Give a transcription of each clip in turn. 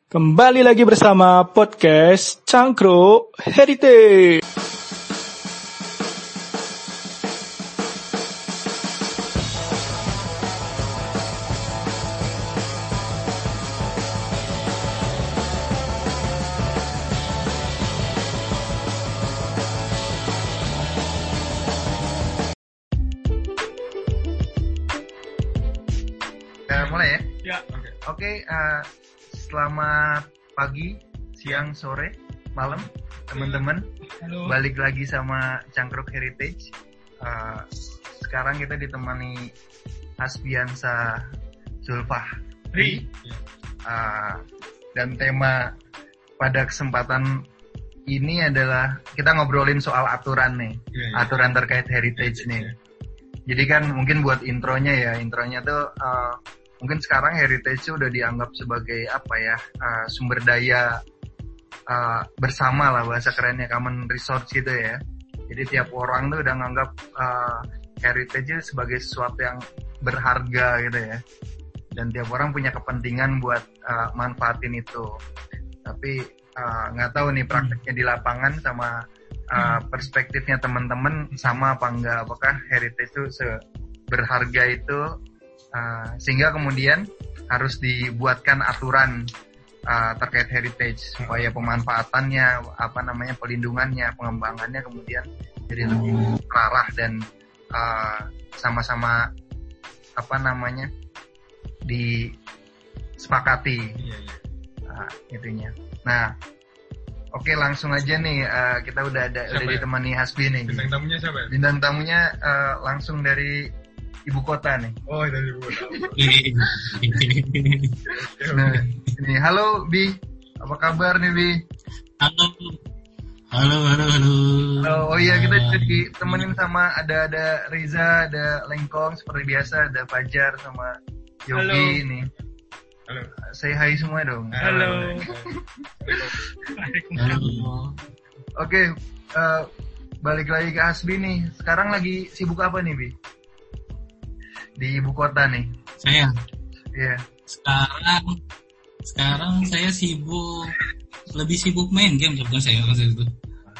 Kembali lagi bersama podcast Cangkruk Heritage. Mulai ya? Ya. Oke, selamat pagi, siang, sore, malam, teman-teman. Halo. Balik lagi sama Cangkruk Heritage. Sekarang kita ditemani Hasbiansa Zulfahri. Dan tema pada kesempatan ini adalah kita ngobrolin soal aturan nih, aturan terkait heritage nih. Jadi kan mungkin buat intronya tuh mungkin sekarang heritage itu udah dianggap sebagai sumber daya bersama lah, bahasa kerennya common resource gitu ya. Jadi tiap orang tuh udah nganggap heritage sebagai sesuatu yang berharga gitu ya. Dan tiap orang punya kepentingan buat manfaatin itu. Tapi nggak tahu nih prakteknya di lapangan sama perspektifnya teman-teman sama apa enggak. Apakah heritage itu seberharga itu sehingga kemudian harus dibuatkan aturan terkait heritage supaya pemanfaatannya, pelindungannya, pengembangannya kemudian jadi lebih terarah dan sama-sama disepakati. Itunya. Nah, oke, langsung aja nih, kita udah ditemani Hasbi nih. Bintang tamunya siapa ya? Bintang tamunya langsung dari ibu kota nih. Oh, dari ibu kota. Nah, ini halo Bi, apa kabar nih Bi? Halo. Oh iya, kita jadi temenin sama ada Riza, ada Lengkong seperti biasa, ada Fajar sama Yogi nih. Halo. Say hi semua dong. Halo. Oke, balik lagi ke Hasbi nih. Sekarang lagi sibuk apa nih Bi? Di ibu kota nih. Saya. Iya. Sekarang saya lebih sibuk main game sebetulnya saya waktu itu.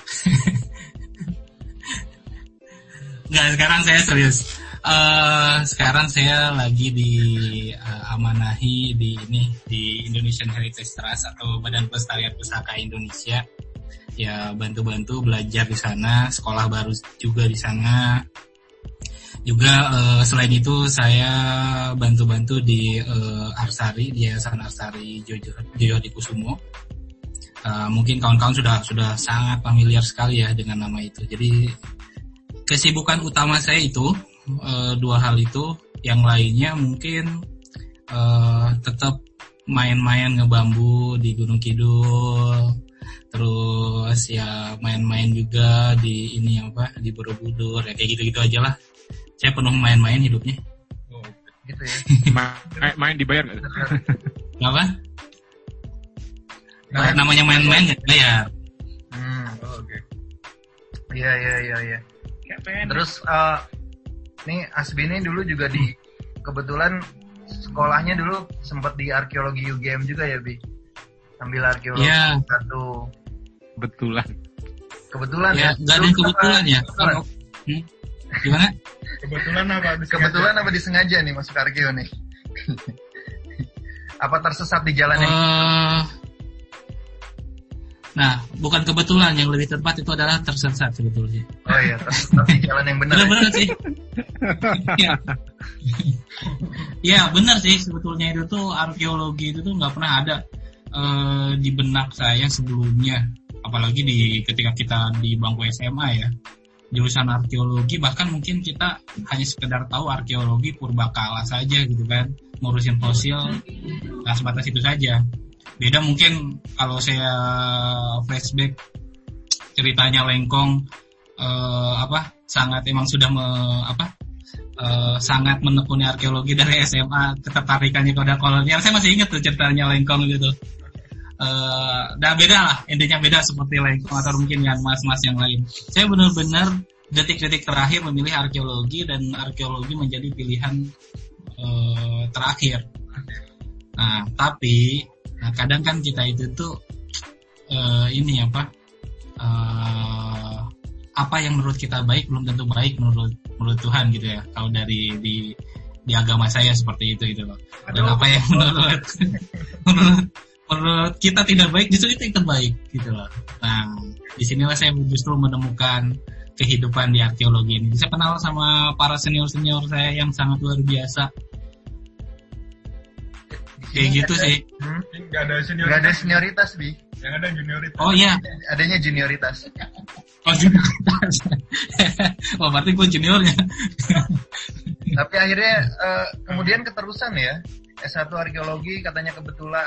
Enggak, sekarang saya serius. Sekarang saya lagi diamanahi di Indonesian Heritage Trust atau Badan Pelestarian Pusaka Indonesia. Ya, bantu-bantu belajar di sana, sekolah baru juga di sana. Juga selain itu saya bantu-bantu di Arsari, di Yayasan Arsari Joyo Hadikusumo. Mungkin kawan-kawan sudah sangat familiar sekali ya dengan nama itu. Jadi kesibukan utama saya itu dua hal itu. Yang lainnya mungkin tetap main-main ngebambu di Gunung Kidul. Terus ya main-main juga di di Borobudur ya, kayak gitu-gitu aja lah. Saya penuh main-main hidupnya. Oh, gitu ya. main dibayar nggak? Apa? Namanya main-main nggak dibayar. Oke. Iya. Terus nih Asbi ini dulu juga kebetulan sekolahnya dulu sempat di arkeologi UGM juga ya Bi? Ambil arkeologi satu. Kebetulan ya? Nggak ada kebetulan ya. Gimana? Kebetulan apa disengaja nih masuk arkeo nih? Apa tersesat di jalan ini? Nah, bukan kebetulan, yang lebih tepat itu adalah tersesat sebetulnya. Oh iya, tersesat di jalan yang benar. Benar sih. Ya, benar sih sebetulnya itu tuh arkeologi itu tuh nggak pernah ada di benak saya sebelumnya. Apalagi ketika kita di bangku SMA ya. Jurusan arkeologi, bahkan mungkin kita hanya sekedar tahu arkeologi purbakala saja gitu kan, ngurusin fosil, nah sebatas itu saja. Beda mungkin kalau saya flashback ceritanya Lengkong, sangat emang sudah sangat menekuni arkeologi dari SMA, ketertarikannya pada kolonial. Saya masih ingat tuh ceritanya Lengkong gitu. Dan beda lah, intinya beda seperti Lengkong atau mungkin yang mas-mas yang lain. Saya benar-benar detik-detik terakhir memilih arkeologi dan arkeologi menjadi pilihan terakhir. Nah, tapi Nah, kadang kan kita itu tuh apa yang menurut kita baik belum tentu baik menurut Tuhan gitu ya. Kalau dari di agama saya seperti itu gitu loh. Dan apa yang menurut kita tidak baik justru itu yang terbaik gitu loh. Nah, disinilah saya justru menemukan kehidupan di arkeologi ini. Bisa kenal sama para senior-senior saya yang sangat luar biasa. Kayak gitu sih. Nggak ada senioritas, Bi. Yang ada junioritas. Oh iya. Adanya junioritas. Oh junioritas. Oh berarti gue juniornya. Tapi akhirnya kemudian keterusan ya. S1 arkeologi katanya kebetulan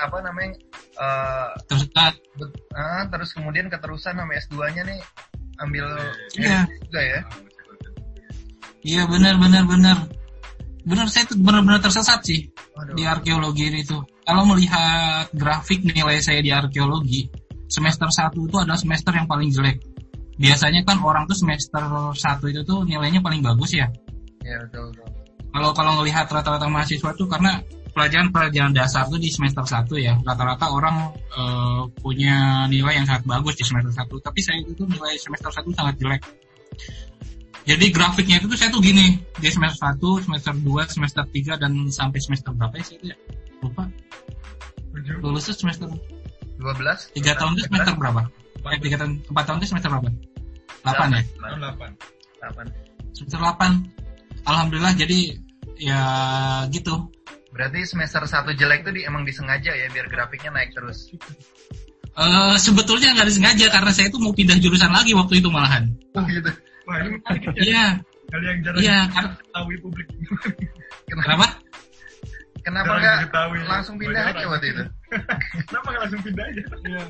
terus kemudian keterusan sampai S2-nya nih ambil juga ya. Iya benar. Benar, saya tuh benar-benar tersesat sih. Di arkeologi ini tuh. Kalau melihat grafik nilai saya di arkeologi, semester 1 itu adalah semester yang paling jelek. Biasanya kan orang tuh semester 1 itu tuh nilainya paling bagus ya. Iya, betul. Kalau ngelihat rata-rata mahasiswa tuh karena pelajaran dasar tuh di semester 1 ya. Rata-rata orang punya nilai yang sangat bagus di semester 1. Tapi saya itu tuh nilai semester 1 sangat jelek. Jadi grafiknya itu tuh saya tuh gini, di semester 1, semester 2, semester 3 dan sampai semester berapa ya saya lupa. Lulusnya semester 12. 3 tahun itu semester berapa? 4 tahun itu semester berapa? 8 ya? 8. Semester 8. Alhamdulillah jadi ya gitu. Berarti semester 1 jelek tuh emang disengaja ya biar grafiknya naik terus. Sebetulnya nggak disengaja karena saya tuh mau pindah jurusan lagi waktu itu malahan. Oh gitu. Wah, ini Iya. Hal yang jarang diketahui publik. Kenapa? Kenapa nggak langsung pindah aja waktu itu? Kenapa nggak langsung pindah aja?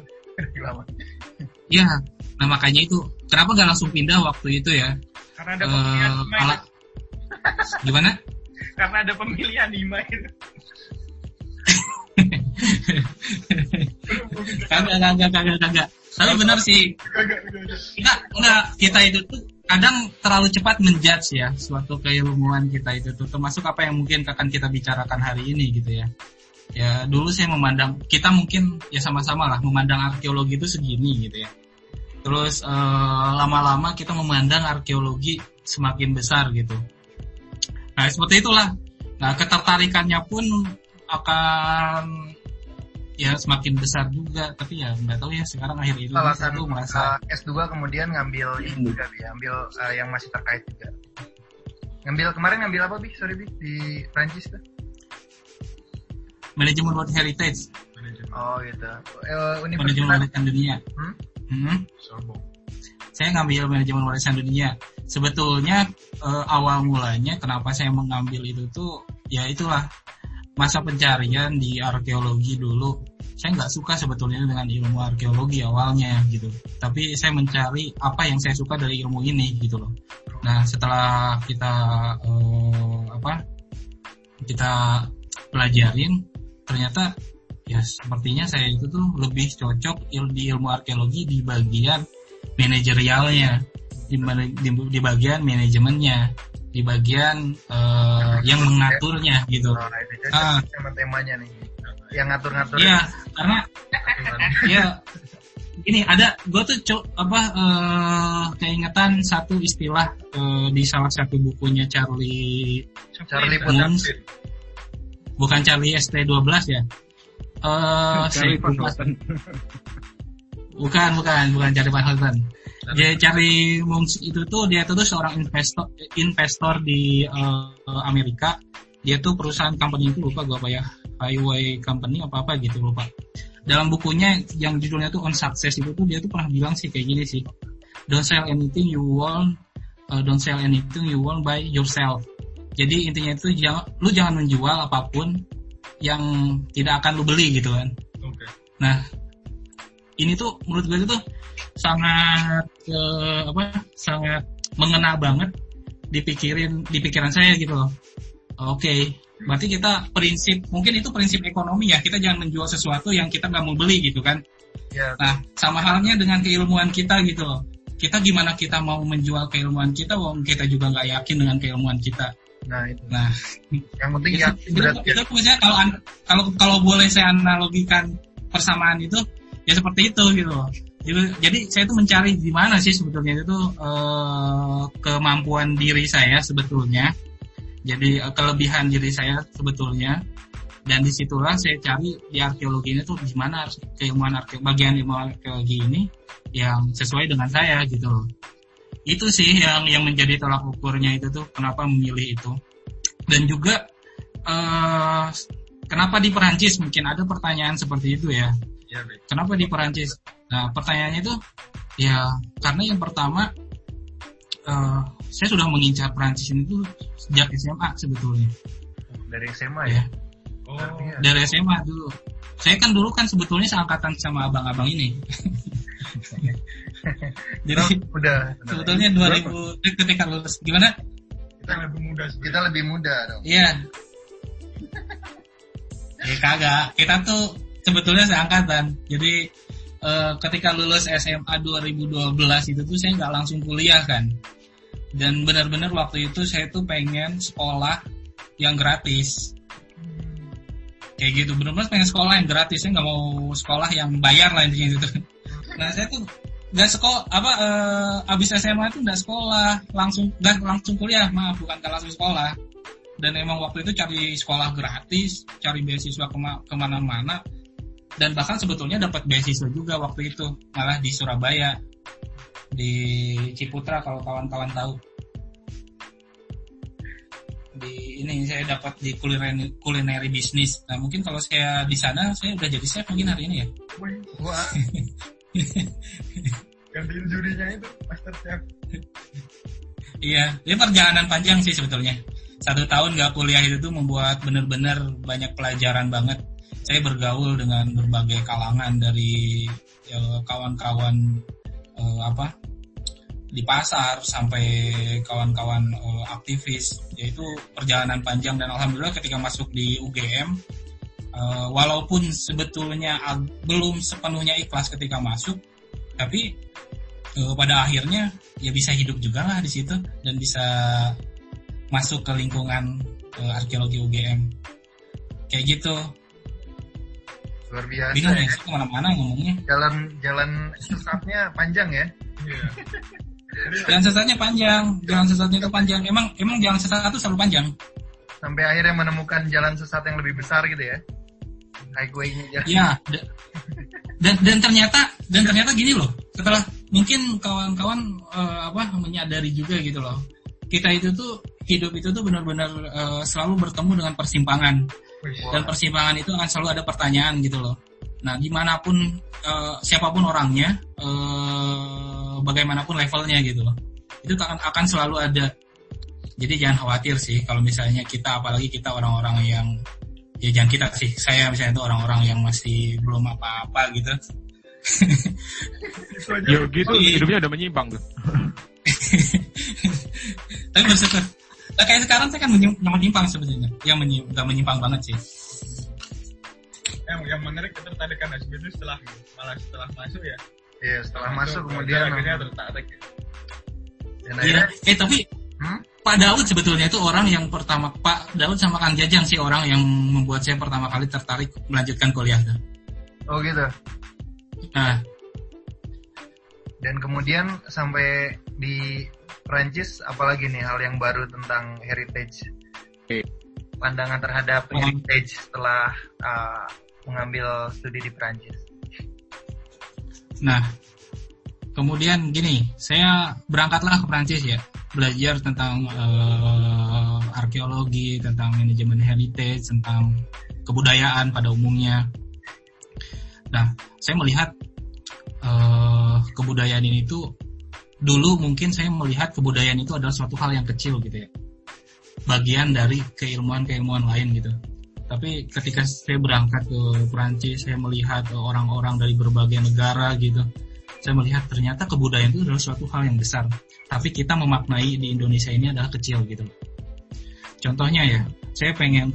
Iya. Nah makanya itu kenapa nggak langsung pindah waktu itu ya? Karena ada pemilihan IMA. Gimana? Karena ada pemilihan IMA itu. Kagak. Tapi benar sih. Enggak. Kita itu tuh kadang terlalu cepat menjudge ya suatu keilmuan kita itu tuh, termasuk apa yang mungkin akan kita bicarakan hari ini gitu ya. Ya dulu saya memandang, kita mungkin ya sama-sama lah memandang arkeologi itu segini gitu ya. Terus lama-lama kita memandang arkeologi semakin besar gitu. Nah seperti itulah. Nah ketertarikannya pun akan ya semakin besar juga, tapi ya nggak tahu ya sekarang akhir itu saya tuh merasa S2 kemudian ngambil ini juga ya, ambil yang masih terkait juga. Kemarin ngambil apa Bi? Sorry Bi, di Prancis tuh. Manajemen World Heritage. Oh gitu. Manajemen Warisan Dunia. Saya ngambil manajemen warisan dunia. Sebetulnya awal mulanya kenapa saya mengambil itu tuh ya itulah masa pencarian di arkeologi dulu. Saya nggak suka sebetulnya dengan ilmu arkeologi awalnya gitu. Tapi saya mencari apa yang saya suka dari ilmu ini gitu loh. Nah setelah kita kita pelajarin, ternyata ya sepertinya saya itu tuh lebih cocok di ilmu arkeologi di bagian manajerialnya, di bagian manajemennya, di bagian yang mengaturnya gitu. Sama temanya nih, yang ngatur-ngatur. Iya, karena ya ini ada gue tuh keingetan satu istilah di salah satu bukunya Charlie Moon, bukan Charlie ST12 ya. Charlie Van Houten. Bukan Charlie Van Houten. Jadi Charlie Moon itu tuh dia tuh seorang investor di Amerika. Dia tuh perusahaan company itu lupa gue apa ya, highway company apa gitu lupa. Dalam bukunya yang judulnya tuh On Success itu tuh dia tuh pernah bilang sih kayak gini sih. Don't sell anything you want by yourself. Jadi intinya itu lu jangan menjual apapun yang tidak akan lu beli gitu kan. Okay. Nah, ini tuh menurut gue itu sangat sangat mengena banget di pikiran saya gitu loh. Oke, berarti kita mungkin itu prinsip ekonomi ya, kita jangan menjual sesuatu yang kita nggak mau beli gitu kan. Yeah. Nah, sama halnya dengan keilmuan kita gitu loh. Kita gimana kita mau menjual keilmuan kita, wong kita juga nggak yakin dengan keilmuan kita. Nah itu. Nah, yang penting itu misalnya kalau boleh saya analogikan persamaan itu ya seperti itu gitu loh. Jadi saya tuh mencari di mana sih sebetulnya itu kemampuan diri saya sebetulnya. Jadi kelebihan diri saya sebetulnya, dan disitulah saya cari di arkeologi ini tuh gimana bagian ilmu arkeologi ini yang sesuai dengan saya gitu loh. Itu sih yang menjadi tolak ukurnya itu tuh kenapa memilih itu. Dan juga kenapa di Perancis, mungkin ada pertanyaan seperti itu ya. Kenapa di Perancis? Nah, pertanyaannya itu ya karena yang pertama saya sudah mengincar Perancis ini tuh sejak SMA sebetulnya. Dari SMA ya? Dari SMA dulu. Saya kan dulu kan sebetulnya seangkatan sama abang-abang ini. Jadi udah sebetulnya 2000 ketika lulus gimana? Kita lebih muda dong. Iya. Kagak. Kita tuh sebetulnya seangkatan. Jadi ketika lulus SMA 2012 itu tuh saya nggak langsung kuliah kan. Dan benar-benar waktu itu saya tuh pengen sekolah yang gratis. Kayak gitu, benar-benar pengen sekolah yang gratis. Saya nggak mau sekolah yang bayar lah intinya gitu. Nah saya tuh nggak sekolah abis SMA itu nggak sekolah nggak langsung kuliah, bukan langsung sekolah. Dan emang waktu itu cari sekolah gratis, cari beasiswa kemana-mana, dan bahkan sebetulnya dapat beasiswa juga waktu itu, malah di Surabaya, di Ciputra kalau kawan-kawan tahu. Di ini saya dapat di culinary business. Nah mungkin kalau saya di sana saya udah jadi chef mungkin hari ini ya. Wah. Gantiin jurinya itu master chef. Iya, ini perjalanan panjang sih sebetulnya. 1 tahun gak kuliah itu tuh membuat benar-benar banyak pelajaran banget. Saya bergaul dengan berbagai kalangan dari kawan-kawan di pasar sampai kawan-kawan aktivis. Yaitu perjalanan panjang, dan alhamdulillah ketika masuk di UGM, walaupun sebetulnya belum sepenuhnya ikhlas ketika masuk, tapi pada akhirnya ya bisa hidup juga lah di situ dan bisa masuk ke lingkungan arkeologi UGM kayak gitu. Luar biasa. Bingung ya, kemana-mana ngomongnya. Jalan sesatnya panjang ya. Jalan sesatnya panjang, jalan sesatnya itu panjang. Emang jalan sesat itu selalu panjang. Sampai akhirnya menemukan jalan sesat yang lebih besar gitu ya. Highway-nya. Iya. Dan ternyata gini loh. Setelah mungkin kawan-kawan menyadari juga gitu loh. Kita itu tuh hidup itu tuh benar-benar selalu bertemu dengan persimpangan. Dan persimpangan itu akan selalu ada pertanyaan gitu loh. Nah, gimana pun siapapun orangnya, bagaimanapun levelnya gitu loh, itu akan selalu ada. Jadi jangan khawatir sih kalau misalnya kita, apalagi kita orang-orang yang, ya jangan kita sih, saya misalnya itu orang-orang yang masih belum apa-apa gitu. Ya gitu, hidupnya udah menyimpang tuh. Tapi bersyukur. Nah, kayak sekarang saya kan menyimpang sebetulnya, yang nggak menyimpang banget sih. Yang menarik ketertarikan Hasbi itu setelah masuk ya. Iya, setelah masuk kemudian akhirnya tertarik. Iya, tapi Pak Daud sebetulnya itu orang yang pertama, Pak Daud sama Kang Jajang sih orang yang membuat saya pertama kali tertarik melanjutkan kuliah tuh. Oh gitu. Nah, dan kemudian sampai di Prancis, apalagi nih hal yang baru tentang heritage, pandangan terhadap heritage setelah mengambil studi di Prancis. Nah, kemudian gini, saya berangkatlah ke Prancis ya, belajar tentang arkeologi, tentang manajemen heritage, tentang kebudayaan pada umumnya. Nah, saya melihat kebudayaan ini tuh, dulu mungkin saya melihat kebudayaan itu adalah suatu hal yang kecil gitu ya, bagian dari keilmuan lain gitu. Tapi ketika saya berangkat ke Perancis, saya melihat orang-orang dari berbagai negara gitu, saya melihat ternyata kebudayaan itu adalah suatu hal yang besar, tapi kita memaknai di Indonesia ini adalah kecil gitu. Contohnya ya, saya pengen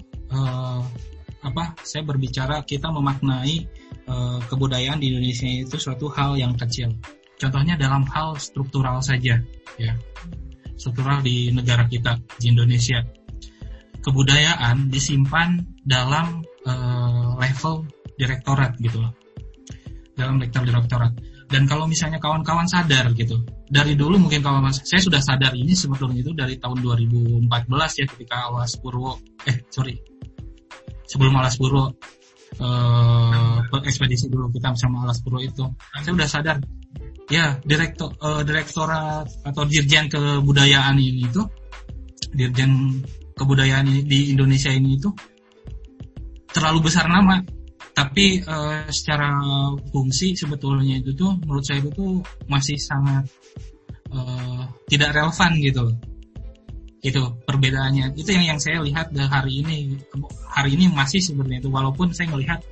saya berbicara kita memaknai kebudayaan di Indonesia itu suatu hal yang kecil. Contohnya dalam hal struktural saja, ya, struktural di negara kita di Indonesia, kebudayaan disimpan dalam level direktorat gitu loh. Dalam lektor direktorat. Dan kalau misalnya kawan-kawan sadar gitu, dari dulu mungkin kawan saya sudah sadar ini sebetulnya itu dari tahun 2014 ya, ketika Alas Purwo sebelum Alas Purwo ekspedisi dulu kita sama Alas Purwo itu, saya udah sadar ya direktorat atau dirjen kebudayaan ini itu, dirjen kebudayaan di Indonesia ini itu terlalu besar nama. Tapi secara fungsi sebetulnya itu tuh menurut saya itu tuh masih sangat tidak relevan gitu loh. Itu perbedaannya. Itu yang saya lihat hari ini. Hari ini masih sebenarnya itu, walaupun saya melihat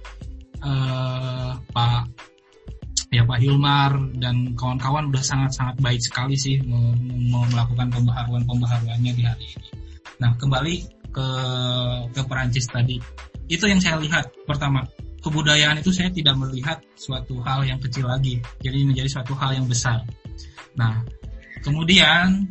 Pak Hilmar dan kawan-kawan udah sangat-sangat baik sekali sih melakukan pembaharuannya di hari ini. Nah, kembali ke Perancis tadi. Itu yang saya lihat pertama. Kebudayaan itu saya tidak melihat suatu hal yang kecil lagi, jadi menjadi suatu hal yang besar. Nah, kemudian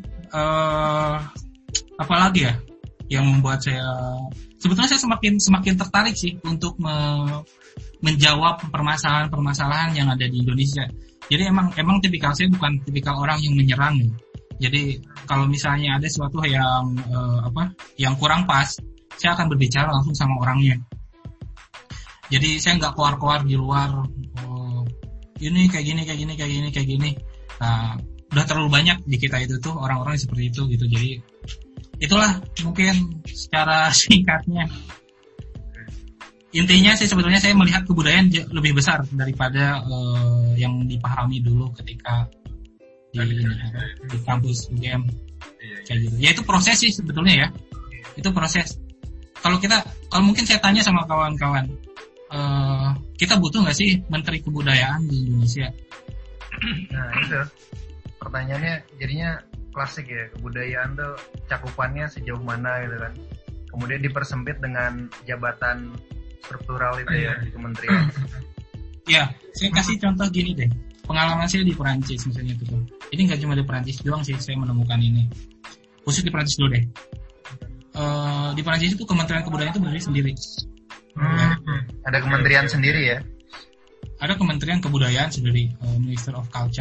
apalagi ya yang membuat saya sebetulnya saya semakin tertarik sih untuk menjawab permasalahan-permasalahan yang ada di Indonesia. Jadi emang tipikal saya bukan tipikal orang yang menyerang. Jadi kalau misalnya ada sesuatu yang kurang pas, saya akan berbicara langsung sama orangnya. Jadi saya nggak keluar di luar, ini kayak gini. Nah, udah terlalu banyak di kita itu tuh orang-orang seperti itu gitu. Jadi itulah mungkin secara singkatnya. Intinya sebetulnya saya melihat kebudayaan lebih besar daripada yang dipahami dulu ketika di kampus UGM kayak gitu. Ya itu proses sih sebetulnya ya. Itu proses. Kalau mungkin saya tanya sama kawan-kawan, kita butuh nggak sih Menteri Kebudayaan di Indonesia? Nah itu pertanyaannya jadinya klasik ya, kebudayaan tuh cakupannya sejauh mana gitu kan. Kemudian dipersempit dengan jabatan struktural itu ya di kementerian. Ya, saya kasih contoh gini deh. Pengalaman saya di Perancis misalnya itu. Ini nggak cuma di Perancis doang sih saya menemukan ini. Khusus di Perancis dulu deh. Di Perancis itu Kementerian Kebudayaan itu berdiri sendiri. Ada kementerian sendiri ya? Ada Kementerian Kebudayaan sendiri, Minister of Culture.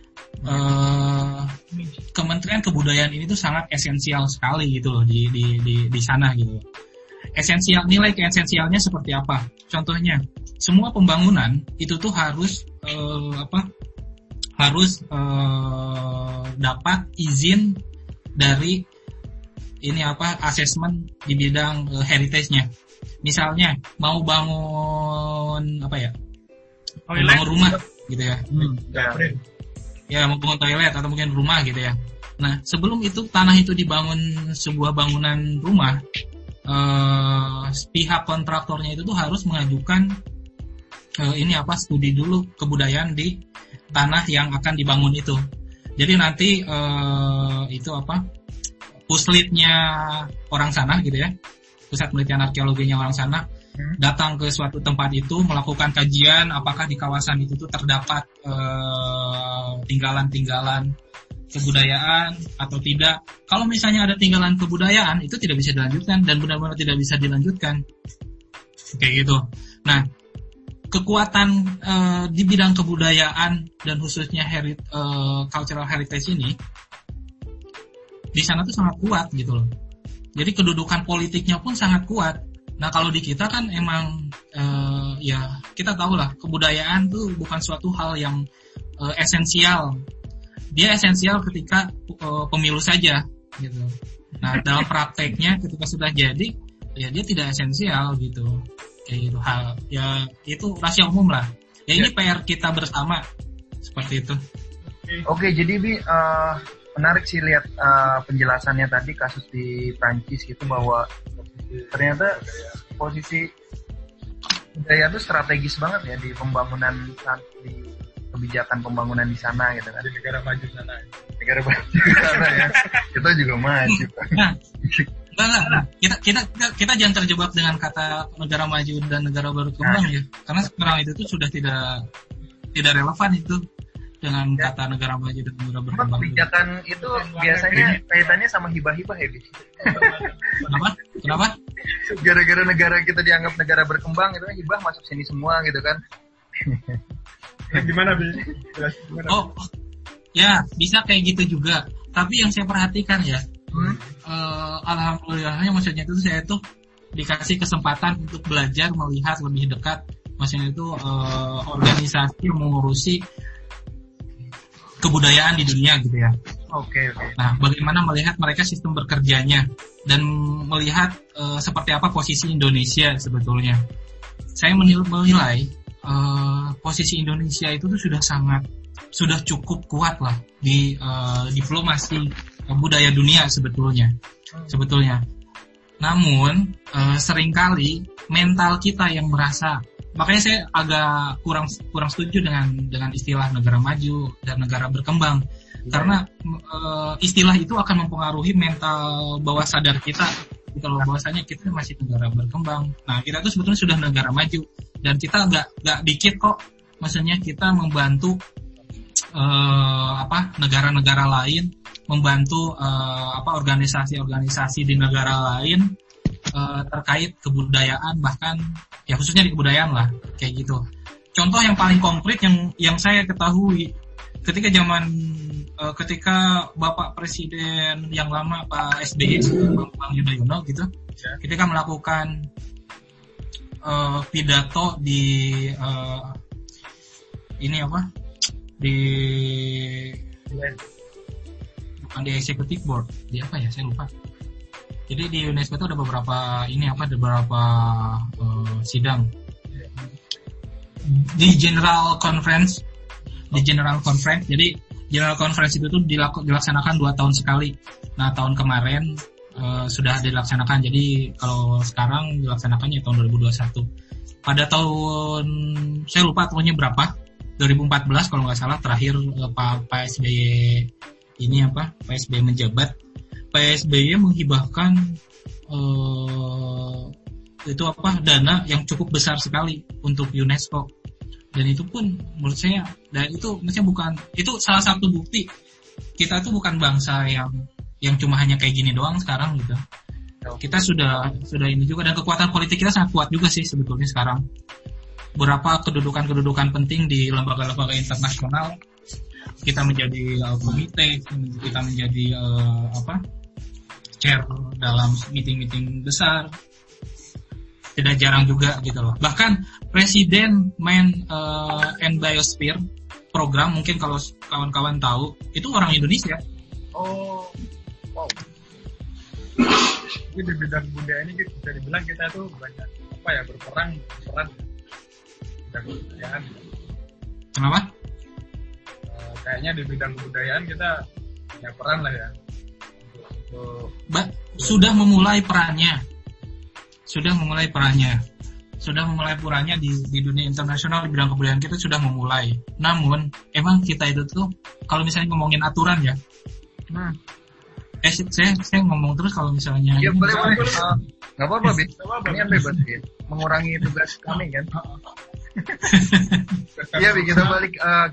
Kementerian Kebudayaan ini tuh sangat esensial sekali gitu loh di sana gitu. Nilai keesensialnya seperti apa? Contohnya, semua pembangunan itu tuh harus dapat izin dari asesmen di bidang heritage-nya. Misalnya mau bangun bangun rumah gitu ya. Ya mau bangun toilet atau mungkin rumah gitu ya. Nah, sebelum itu tanah itu dibangun sebuah bangunan rumah, pihak kontraktornya itu tuh harus mengajukan studi dulu kebudayaan di tanah yang akan dibangun itu. Jadi nanti puslitnya orang sana gitu ya, pusat penelitian arkeologinya orang sana, datang ke suatu tempat itu melakukan kajian apakah di kawasan itu tuh terdapat tinggalan-tinggalan kebudayaan atau tidak. Kalau misalnya ada tinggalan kebudayaan itu tidak bisa dilanjutkan dan benar-benar tidak bisa dilanjutkan kayak gitu. Nah, kekuatan di bidang kebudayaan dan khususnya cultural heritage ini di sana tuh sangat kuat gitu loh. Jadi kedudukan politiknya pun sangat kuat. Nah, kalau di kita kan emang kita tahu lah kebudayaan tuh bukan suatu hal yang esensial. Dia esensial ketika pemilu saja gitu. Nah, dalam prakteknya ketika sudah jadi ya dia tidak esensial gitu. Kayak gitu hal ya itu rahasia umum lah. Ya ini PR kita bersama seperti itu. Oke, jadi Bi menarik sih lihat penjelasannya tadi kasus di Prancis gitu bahwa ternyata posisi budaya itu strategis banget ya di pembangunan, di kebijakan pembangunan di sana gitu kan. Di negara maju sana. Negara maju sana ya. Kita juga maju. Nah, kita jangan terjebak dengan kata negara maju dan negara baru kembang ya. Karena sekarang itu tuh sudah tidak relevan itu. dengan kata negara maju dan negara berkembang. Kebijakan itu biasanya kaitannya sama hibah-hibah ya, Bi? Kenapa? Gara-gara negara kita dianggap negara berkembang, itu kan hibah masuk sini semua gitu kan. Gimana, Bi? Oh, ya bisa kayak gitu juga. Tapi yang saya perhatikan ya, alhamdulillahnya maksudnya itu saya tuh dikasih kesempatan untuk belajar melihat lebih dekat, maksudnya itu organisasi yang mengurusi kebudayaan di dunia gitu ya. Oke. Nah, bagaimana melihat mereka sistem bekerjanya dan melihat seperti apa posisi Indonesia sebetulnya. Saya menilai posisi Indonesia itu tuh sudah cukup kuat lah di diplomasi budaya dunia sebetulnya. Namun seringkali mental kita yang merasa, makanya saya agak kurang setuju dengan istilah negara maju dan negara berkembang, karena istilah itu akan mempengaruhi mental bawah sadar kita. Kalau bahwasanya kita masih negara berkembang, nah kita tuh sebetulnya sudah negara maju dan kita agak dikit kok, maksudnya kita membantu negara-negara lain, membantu organisasi-organisasi di negara lain terkait kebudayaan, bahkan ya khususnya di kebudayaan lah kayak gitu. Contoh yang paling konkret yang saya ketahui ketika Bapak Presiden yang lama Pak SBY, Bang Yudhoyono gitu, ketika melakukan pidato di bukan di executive board, di apa ya, saya lupa. Jadi di UNESCO itu ada beberapa sidang di General Conference. Jadi General Conference itu tuh dilaksanakan 2 tahun sekali. Nah, tahun kemarin sudah dilaksanakan. Jadi kalau sekarang dilaksanakannya tahun 2021. Pada tahun, saya lupa tahunnya berapa, 2014 kalau nggak salah terakhir Pak SBY Pak SBY menjabat. Pak SBY menghibahkan dana yang cukup besar sekali untuk UNESCO. Dan itu pun menurut saya, dan itu maksudnya bukan, itu salah satu bukti kita tuh bukan bangsa yang cuma hanya kayak gini doang sekarang gitu. Kita sudah ini juga, dan kekuatan politik kita sangat kuat juga sih sebetulnya sekarang. Beberapa kedudukan penting di lembaga-lembaga internasional, kita menjadi komite, kita menjadi chair dalam meeting-meeting besar. Tidak jarang juga gitu loh. Bahkan Presiden main and Biosphere program, mungkin kalau kawan-kawan tahu, itu orang Indonesia. Oh, wow. Jadi di bidang budaya ini bisa dibilang kita tuh banyak berperan bidang kebudayaan. Kenapa? Kayaknya di bidang kebudayaan kita punya peran lah ya. Sudah memulai perannya di dunia internasional, di bidang kebudayaan kita sudah memulai. Namun emang kita itu tuh kalau misalnya ngomongin aturan ya, saya ngomong terus kalau misalnya. Ya boleh. Nggak apa-apa, Bi. Ini kan bebas ya. Mengurangi tugas kami kan. Iya, Bi. Kita balik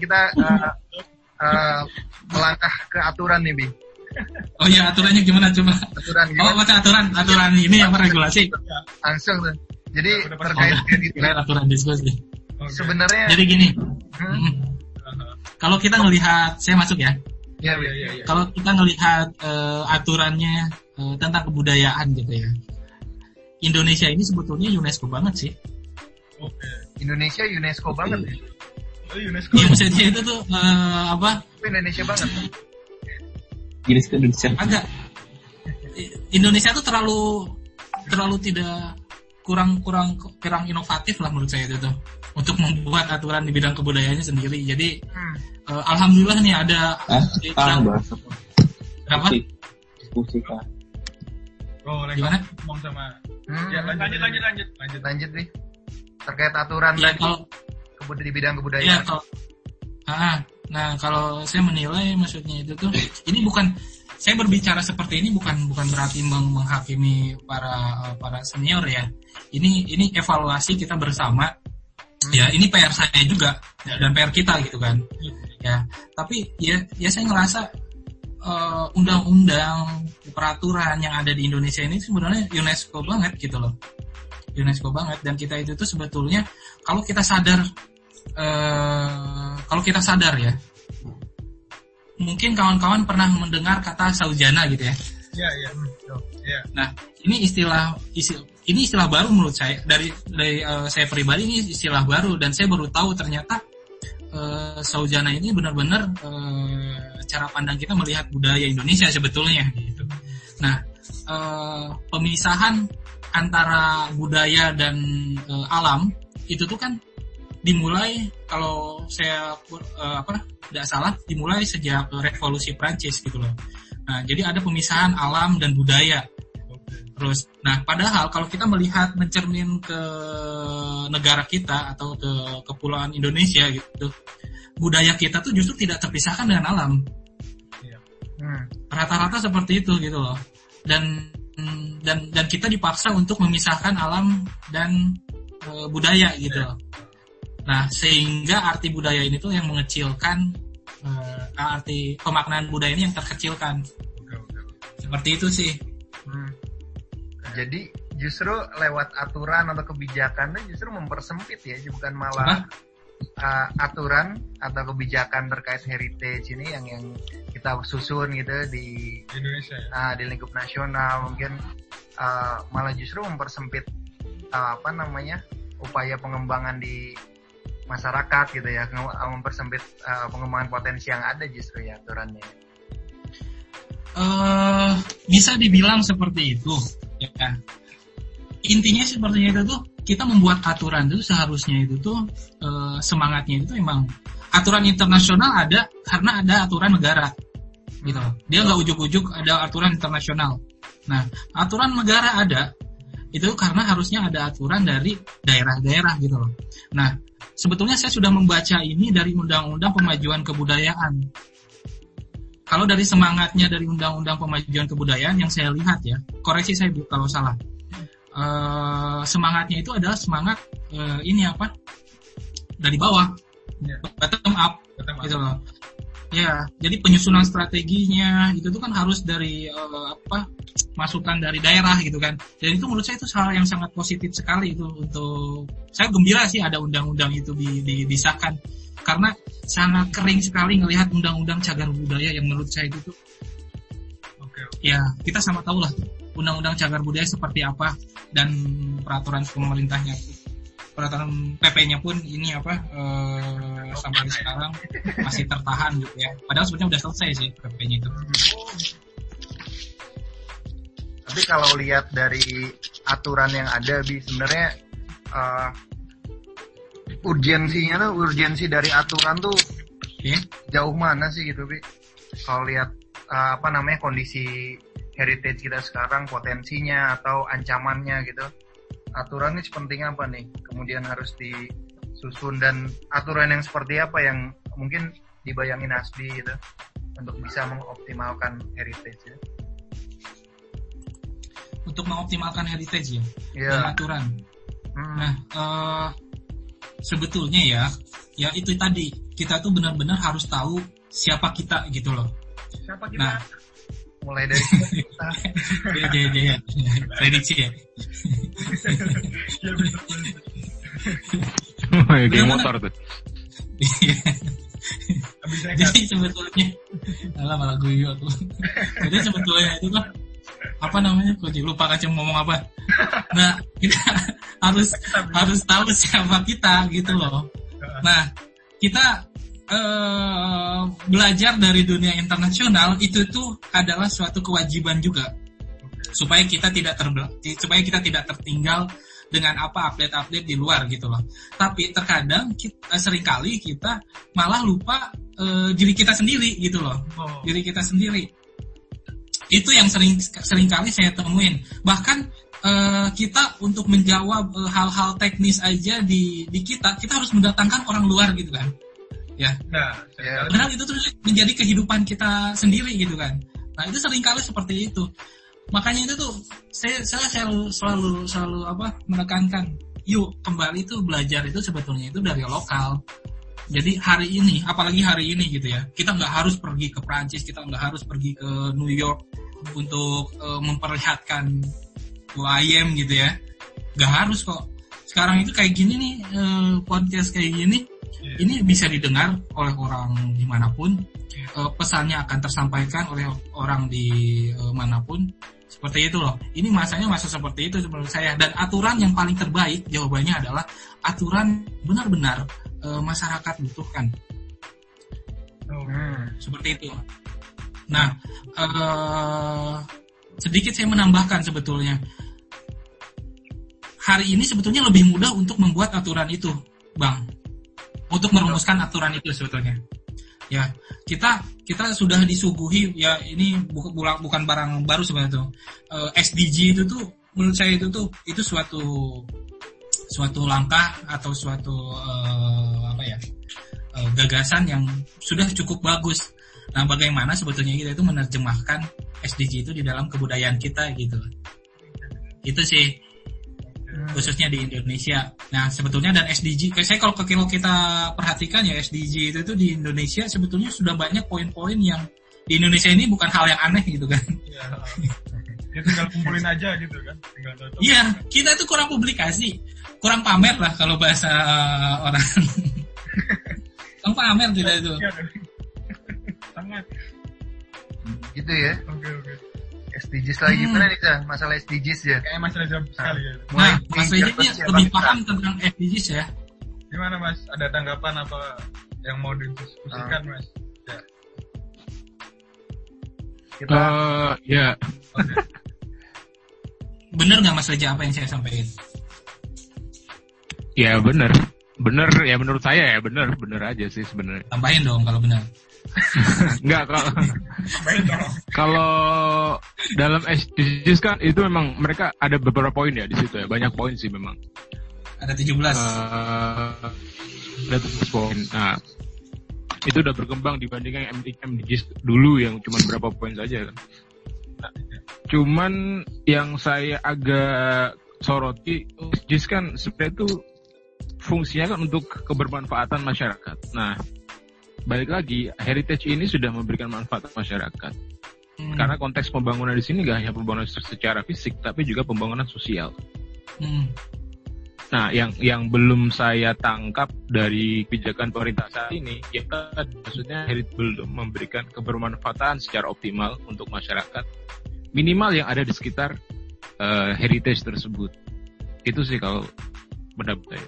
melangkah ke aturan nih, Bi. Oh iya, aturannya gimana coba? Aturan gimana? Oh, aturan ini apa regulasi? Langsung tuh. Jadi terkait kredit. Aturan diskusi. Sebenarnya. Jadi gini. Kalau kita ngelihat, saya masuk ya. Iya. Kalau kita ngelihat aturannya tentang kebudayaan gitu ya. Indonesia ini sebetulnya UNESCO banget sih. Indonesia UNESCO banget ya. UNESCO. Iya, maksudnya itu tuh Indonesia banget. Indonesia. Agak. Indonesia tuh terlalu tidak kurang inovatif lah menurut saya itu tuh untuk membuat aturan di bidang kebudayaannya sendiri. Jadi alhamdulillah nih ada Kenapa? Diskusi kan. Oh, gimana? Ngomong sama. Ya, lanjut nih. Terkait aturan ya, di bidang kebudayaan. Ya, kalau saya menilai maksudnya itu tuh, ini bukan, saya berbicara seperti ini bukan berarti menghakimi para senior ya. Ini evaluasi kita bersama. Ya, ini PR saya juga dan PR kita gitu kan. ya. Tapi ya saya ngerasa undang-undang peraturan yang ada di Indonesia ini sebenarnya UNESCO banget gitu loh. UNESCO banget, dan kita itu tuh sebetulnya kalau kita sadar ya, mungkin kawan-kawan pernah mendengar kata saujana gitu ya. Iya. Nah, ini istilah baru menurut saya, dari saya pribadi ini istilah baru, dan saya baru tahu ternyata saujana ini benar-benar cara pandang kita melihat budaya Indonesia sebetulnya gitu. Nah, pemisahan antara budaya dan alam itu tuh kan dimulai, kalau saya tidak salah, dimulai sejak revolusi Prancis gitu loh. Nah, jadi ada pemisahan alam dan budaya. Terus, nah padahal kalau kita mencermin ke negara kita atau ke kepulauan Indonesia gitu, budaya kita tuh justru tidak terpisahkan dengan alam. Rata-rata seperti itu gitu loh. Dan kita dipaksa untuk memisahkan alam dan budaya gitu loh. Nah, sehingga arti budaya ini tuh yang mengecilkan, arti pemaknaan budaya ini yang terkecilkan. Seperti itu sih. Jadi justru lewat aturan atau kebijakan itu justru mempersempit ya, bukan malah aturan atau kebijakan terkait heritage ini yang kita susun gitu di Indonesia di lingkup nasional, mungkin malah justru mempersempit upaya pengembangan di masyarakat gitu ya, mempersempit pengembangan potensi yang ada justru ya aturannya. Bisa dibilang seperti itu ya. Intinya sepertinya itu tuh kita membuat aturan itu seharusnya itu tuh semangatnya itu emang aturan internasional ada karena ada aturan negara gitu. Dia nggak ujuk-ujuk ada aturan internasional. Nah, aturan negara ada itu karena harusnya ada aturan dari daerah-daerah gitu loh. Nah, sebetulnya saya sudah membaca ini dari Undang-Undang Pemajuan Kebudayaan. Kalau dari semangatnya dari Undang-Undang Pemajuan Kebudayaan yang saya lihat ya, koreksi saya kalau salah. Semangatnya itu adalah semangat dari bawah, bottom up gitu loh. Ya, jadi penyusunan strateginya itu tuh kan harus dari masukan dari daerah gitu kan. Dan itu menurut saya itu hal yang sangat positif sekali itu. Untuk saya gembira sih ada undang-undang itu disahkan, karena sangat kering sekali ngelihat undang-undang cagar budaya yang menurut saya itu tuh ya kita sama tahu lah undang-undang cagar budaya seperti apa, dan peraturan pemerintahnya, peraturan PP-nya pun ini sampai sekarang masih tertahan gitu ya. Padahal sebenarnya udah selesai sih PP-nya itu. Tapi kalau lihat dari aturan yang ada, sebenarnya urgensi dari aturan tuh jauh mana sih gitu, Bi? Kalau lihat kondisi heritage kita sekarang, potensinya atau ancamannya gitu, aturan ini sepenting apa nih kemudian harus disusun, dan aturan yang seperti apa yang mungkin dibayangin Hasbi gitu untuk bisa mengoptimalkan heritage ya? Untuk mengoptimalkan heritage dan aturan. Nah, sebetulnya ya itu tadi, kita tuh benar-benar harus tahu siapa kita gitu loh. Siapa kita? Nah, mulai dari kita. Iya. Prediksi ya. Kayak motor tuh. Jadi sebetulnya malah gue aku. Jadi sebetulnya itu kan gue lupa kan ngomong apa. Nah, kita harus tahu siapa kita gitu loh. Nah, kita belajar dari dunia internasional itu tuh adalah suatu kewajiban juga, supaya kita tidak tertinggal dengan update-update di luar gitu loh. Tapi terkadang seringkali kita malah lupa diri kita sendiri gitu loh. Diri kita sendiri itu yang seringkali saya temuin. Bahkan kita untuk menjawab hal-hal teknis aja di kita harus mendatangkan orang luar gitu kan. Ya. Padahal itu tuh menjadi kehidupan kita sendiri gitu kan. Nah, itu seringkali seperti itu. Makanya itu tuh saya selalu menekankan, yuk kembali tuh belajar itu sebetulnya itu dari lokal. Jadi hari ini, apalagi hari ini gitu ya, kita nggak harus pergi ke Prancis, kita nggak harus pergi ke New York untuk memperlihatkan who I am gitu ya. Nggak harus kok. Sekarang itu kayak gini nih, podcast kayak gini, ini bisa didengar oleh orang dimanapun, pesannya akan tersampaikan oleh orang di manapun. Seperti itu loh. Ini masanya masa seperti itu menurut saya. Dan aturan yang paling terbaik jawabannya adalah aturan benar-benar masyarakat butuhkan. Seperti itu. Nah, sedikit saya menambahkan sebetulnya. Hari ini sebetulnya lebih mudah untuk membuat aturan itu, Bang. Untuk merumuskan aturan itu sebetulnya. Ya, kita sudah disuguhi, ya ini bukan barang baru sebenarnya tuh. SDG itu tuh menurut saya itu suatu langkah atau suatu gagasan yang sudah cukup bagus. Nah, bagaimana sebetulnya kita itu menerjemahkan SDG itu di dalam kebudayaan kita gitu. Itu sih khususnya di Indonesia. Nah, sebetulnya dan SDG, saya kalau kita perhatikan ya SDG itu di Indonesia sebetulnya sudah banyak poin-poin yang di Indonesia ini bukan hal yang aneh gitu kan. Iya. Ya tinggal kumpulin aja gitu kan. Iya, kita itu kurang publikasi, kurang pamer lah kalau bahasa orang. Kurang pamer kita itu. Sangat. Gitu ya. Oke. SDGs lagi gimana nih Cah? Masalah SDGs ya. Kayak masalah jam sekali ya. Nah, Mas Rejeki lebih paham tentang SDGs ya. Gimana Mas? Ada tanggapan apa yang mau didiskusikan Mas? Ya. Kita Ya. Okay. Bener nggak Mas Reja apa yang saya sampaikan? Ya benar ya menurut saya ya benar aja sih sebenarnya. Tambahin dong kalau benar. Enggak kalau dalam SDGs kan itu memang mereka ada beberapa poin ya di situ ya, banyak poin sih memang. Ada 17. Ada 17 poin. Nah, itu udah berkembang dibandingkan MDGs dulu yang cuma berapa poin saja kan. Nah, cuman yang saya agak soroti, SDGs kan sebenarnya itu fungsinya kan untuk kebermanfaatan masyarakat. Nah, balik lagi, heritage ini sudah memberikan manfaat masyarakat. Karena konteks pembangunan di sini gak hanya pembangunan secara fisik, tapi juga pembangunan sosial. Nah, yang belum saya tangkap dari kebijakan pemerintah saat ini, kita maksudnya heritage belum memberikan kebermanfaatan secara optimal untuk masyarakat. Minimal yang ada di sekitar heritage tersebut. Itu sih kalau pendapat saya.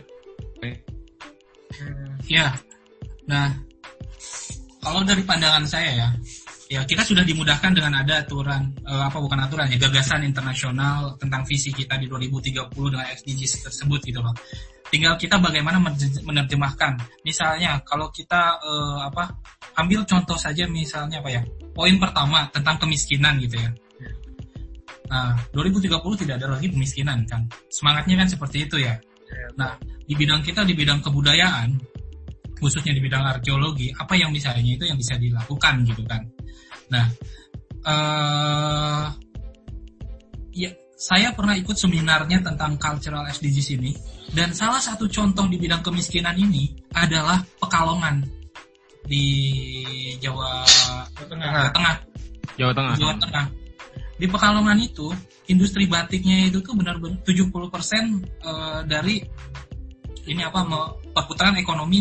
Ya, nah kalau dari pandangan saya ya kita sudah dimudahkan dengan ada aturan gagasan internasional tentang visi kita di 2030 dengan SDGs tersebut gitu loh. Tinggal kita bagaimana menerjemahkan. Misalnya kalau kita ambil contoh saja misalnya poin pertama tentang kemiskinan gitu ya. Nah, 2030 tidak ada lagi kemiskinan kan. Semangatnya kan seperti itu ya. Nah, di bidang kebudayaan, khususnya di bidang arkeologi, apa yang misalnya itu yang bisa dilakukan gitu kan. Nah, ya saya pernah ikut seminarnya tentang cultural SDGs ini, dan salah satu contoh di bidang kemiskinan ini adalah Pekalongan di Jawa Tengah. Di Pekalongan itu industri batiknya itu tuh benar-benar 70% dari perputaran ekonomi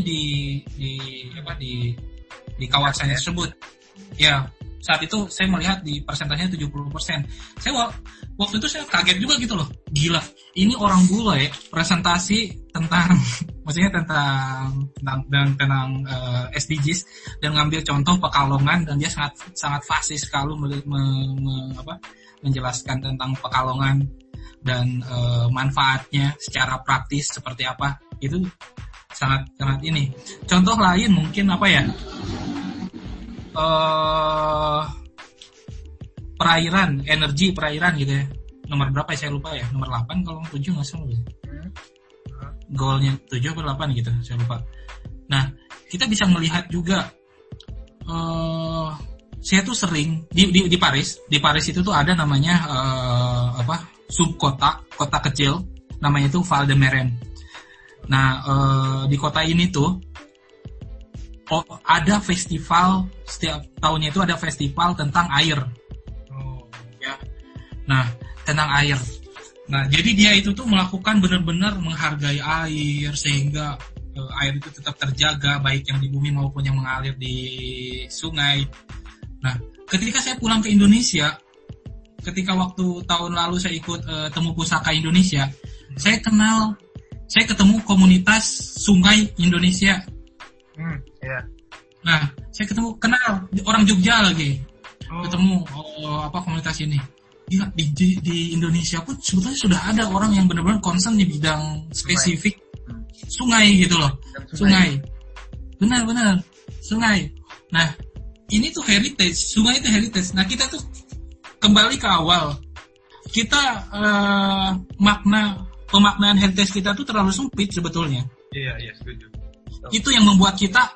di kawasan tersebut. Ya, saat itu saya melihat di persentasenya 70%. Waktu itu saya kaget juga gitu loh. Gila, ini orang bule presentasi tentang maksudnya tentang SDGs dan ngambil contoh Pekalongan, dan dia sangat fasih sekali menjelaskan tentang Pekalongan dan manfaatnya secara praktis seperti apa. Itu sangat ini. Contoh lain mungkin perairan gitu ya. Nomor berapa ya, saya lupa ya. Nomor 8 kalau 7 enggak salah. Goalnya 7 atau 8 gitu, saya lupa. Nah, kita bisa melihat juga saya tuh sering di Paris. Di Paris itu tuh ada namanya subkota, kota kecil, namanya itu Val de Marne. Nah, di kota ini tuh ada festival setiap tahunnya itu ada festival tentang air. Ya. Nah, tentang air. Nah, jadi dia itu tuh melakukan benar-benar menghargai air sehingga air itu tetap terjaga baik yang di bumi maupun yang mengalir di sungai. Nah, ketika saya pulang ke Indonesia, ketika waktu tahun lalu saya ikut Temu Pusaka Indonesia, saya ketemu komunitas sungai Indonesia. Yeah. Nah, saya kenal orang Jogja lagi. Ketemu komunitas ini. Gila, di Indonesia pun sebetulnya sudah ada orang yang benar-benar concern di bidang spesifik sungai gitu loh. Sungai. Benar. Sungai. Nah, ini tuh heritage. Sungai itu heritage. Nah, kita tuh kembali ke awal. Kita pemaknaan heritage kita tuh terlalu sempit sebetulnya. Iya, setuju. Itu yang membuat kita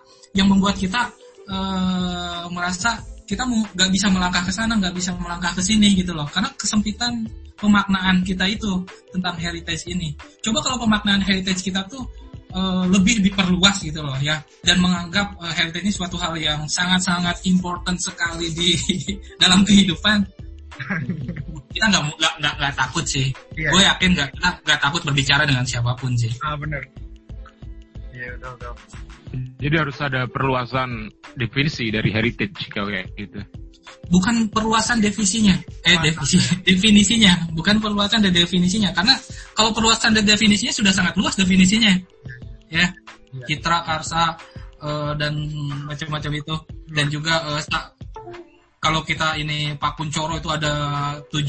merasa kita nggak bisa melangkah ke sana, nggak bisa melangkah ke sini gitu loh. Karena kesempitan pemaknaan kita itu tentang heritage ini. Coba kalau pemaknaan heritage kita tuh lebih diperluas gitu loh ya, dan menganggap heritage ini suatu hal yang sangat-sangat important sekali di dalam kehidupan. Kita nggak takut sih. Yeah. Gue yakin nggak takut berbicara dengan siapapun sih. Benar. Iya, betul. Jadi harus ada perluasan definisi dari heritage kayak gitu. Bukan perluasan definisinya, definisinya, bukan perluasan dan definisinya. Karena kalau perluasan dan definisinya sudah sangat luas definisinya, ya, Citra, Karsa, dan macam-macam itu. Dan juga kalau kita ini Pak Kuncoro itu ada 7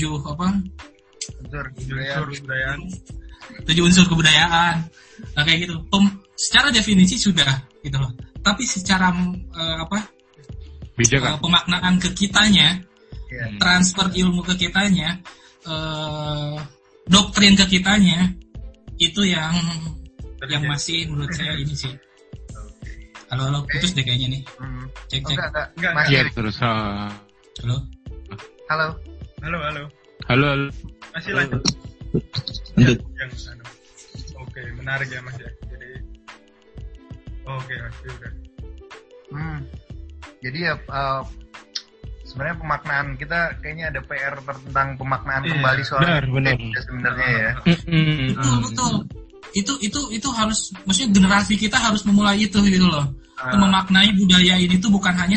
unsur kebudayaan. Nah kayak gitu. Secara definisi sudah gitu loh. Tapi secara pemaknaan ke kitanya, transfer ilmu ke kitanya, doktrin ke kitanya, itu yang masih menurut saya ini sih. Halo, putus deh kayaknya nih. Cek. Enggak. Masih terus. Halo. Masih lanjut. Oke, menarik ya Mas ya. Jadi oke, Mas, udah. Jadi ya sebenarnya pemaknaan kita kayaknya ada PR tentang pemaknaan kembali soal benar. Sebenarnya ya. Betul. Itu harus, maksudnya generasi kita harus memulai itu gitu loh. Memaknai budaya ini tuh bukan hanya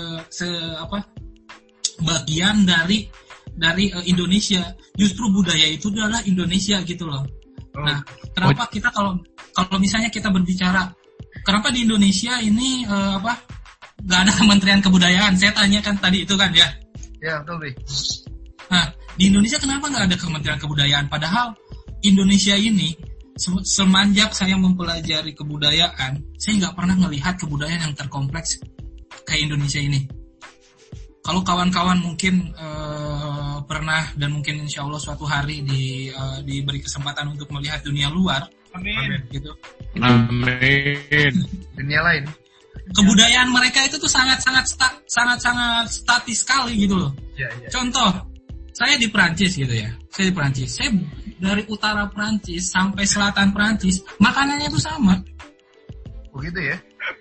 bagian dari Indonesia. Justru budaya itu adalah Indonesia gitu loh. Nah, kenapa kita kalau misalnya kita berbicara, kenapa di Indonesia ini nggak ada Kementerian Kebudayaan? Saya tanyakan tadi itu kan ya. Ya, betul, Bi. Nah, di Indonesia kenapa nggak ada Kementerian Kebudayaan? Padahal Indonesia ini semenjak saya mempelajari kebudayaan, saya nggak pernah melihat kebudayaan yang terkompleks kayak Indonesia ini. Kalau kawan-kawan mungkin pernah dan mungkin insya Allah suatu hari diberi kesempatan untuk melihat dunia luar, amin. Gitu. Amin. Dunia lain. Kebudayaan mereka itu tuh sangat statis sekali gitu loh. Ya. Contoh, saya di Perancis gitu ya. Saya dari utara Perancis sampai selatan Perancis, makanannya tuh sama. Oh gitu ya?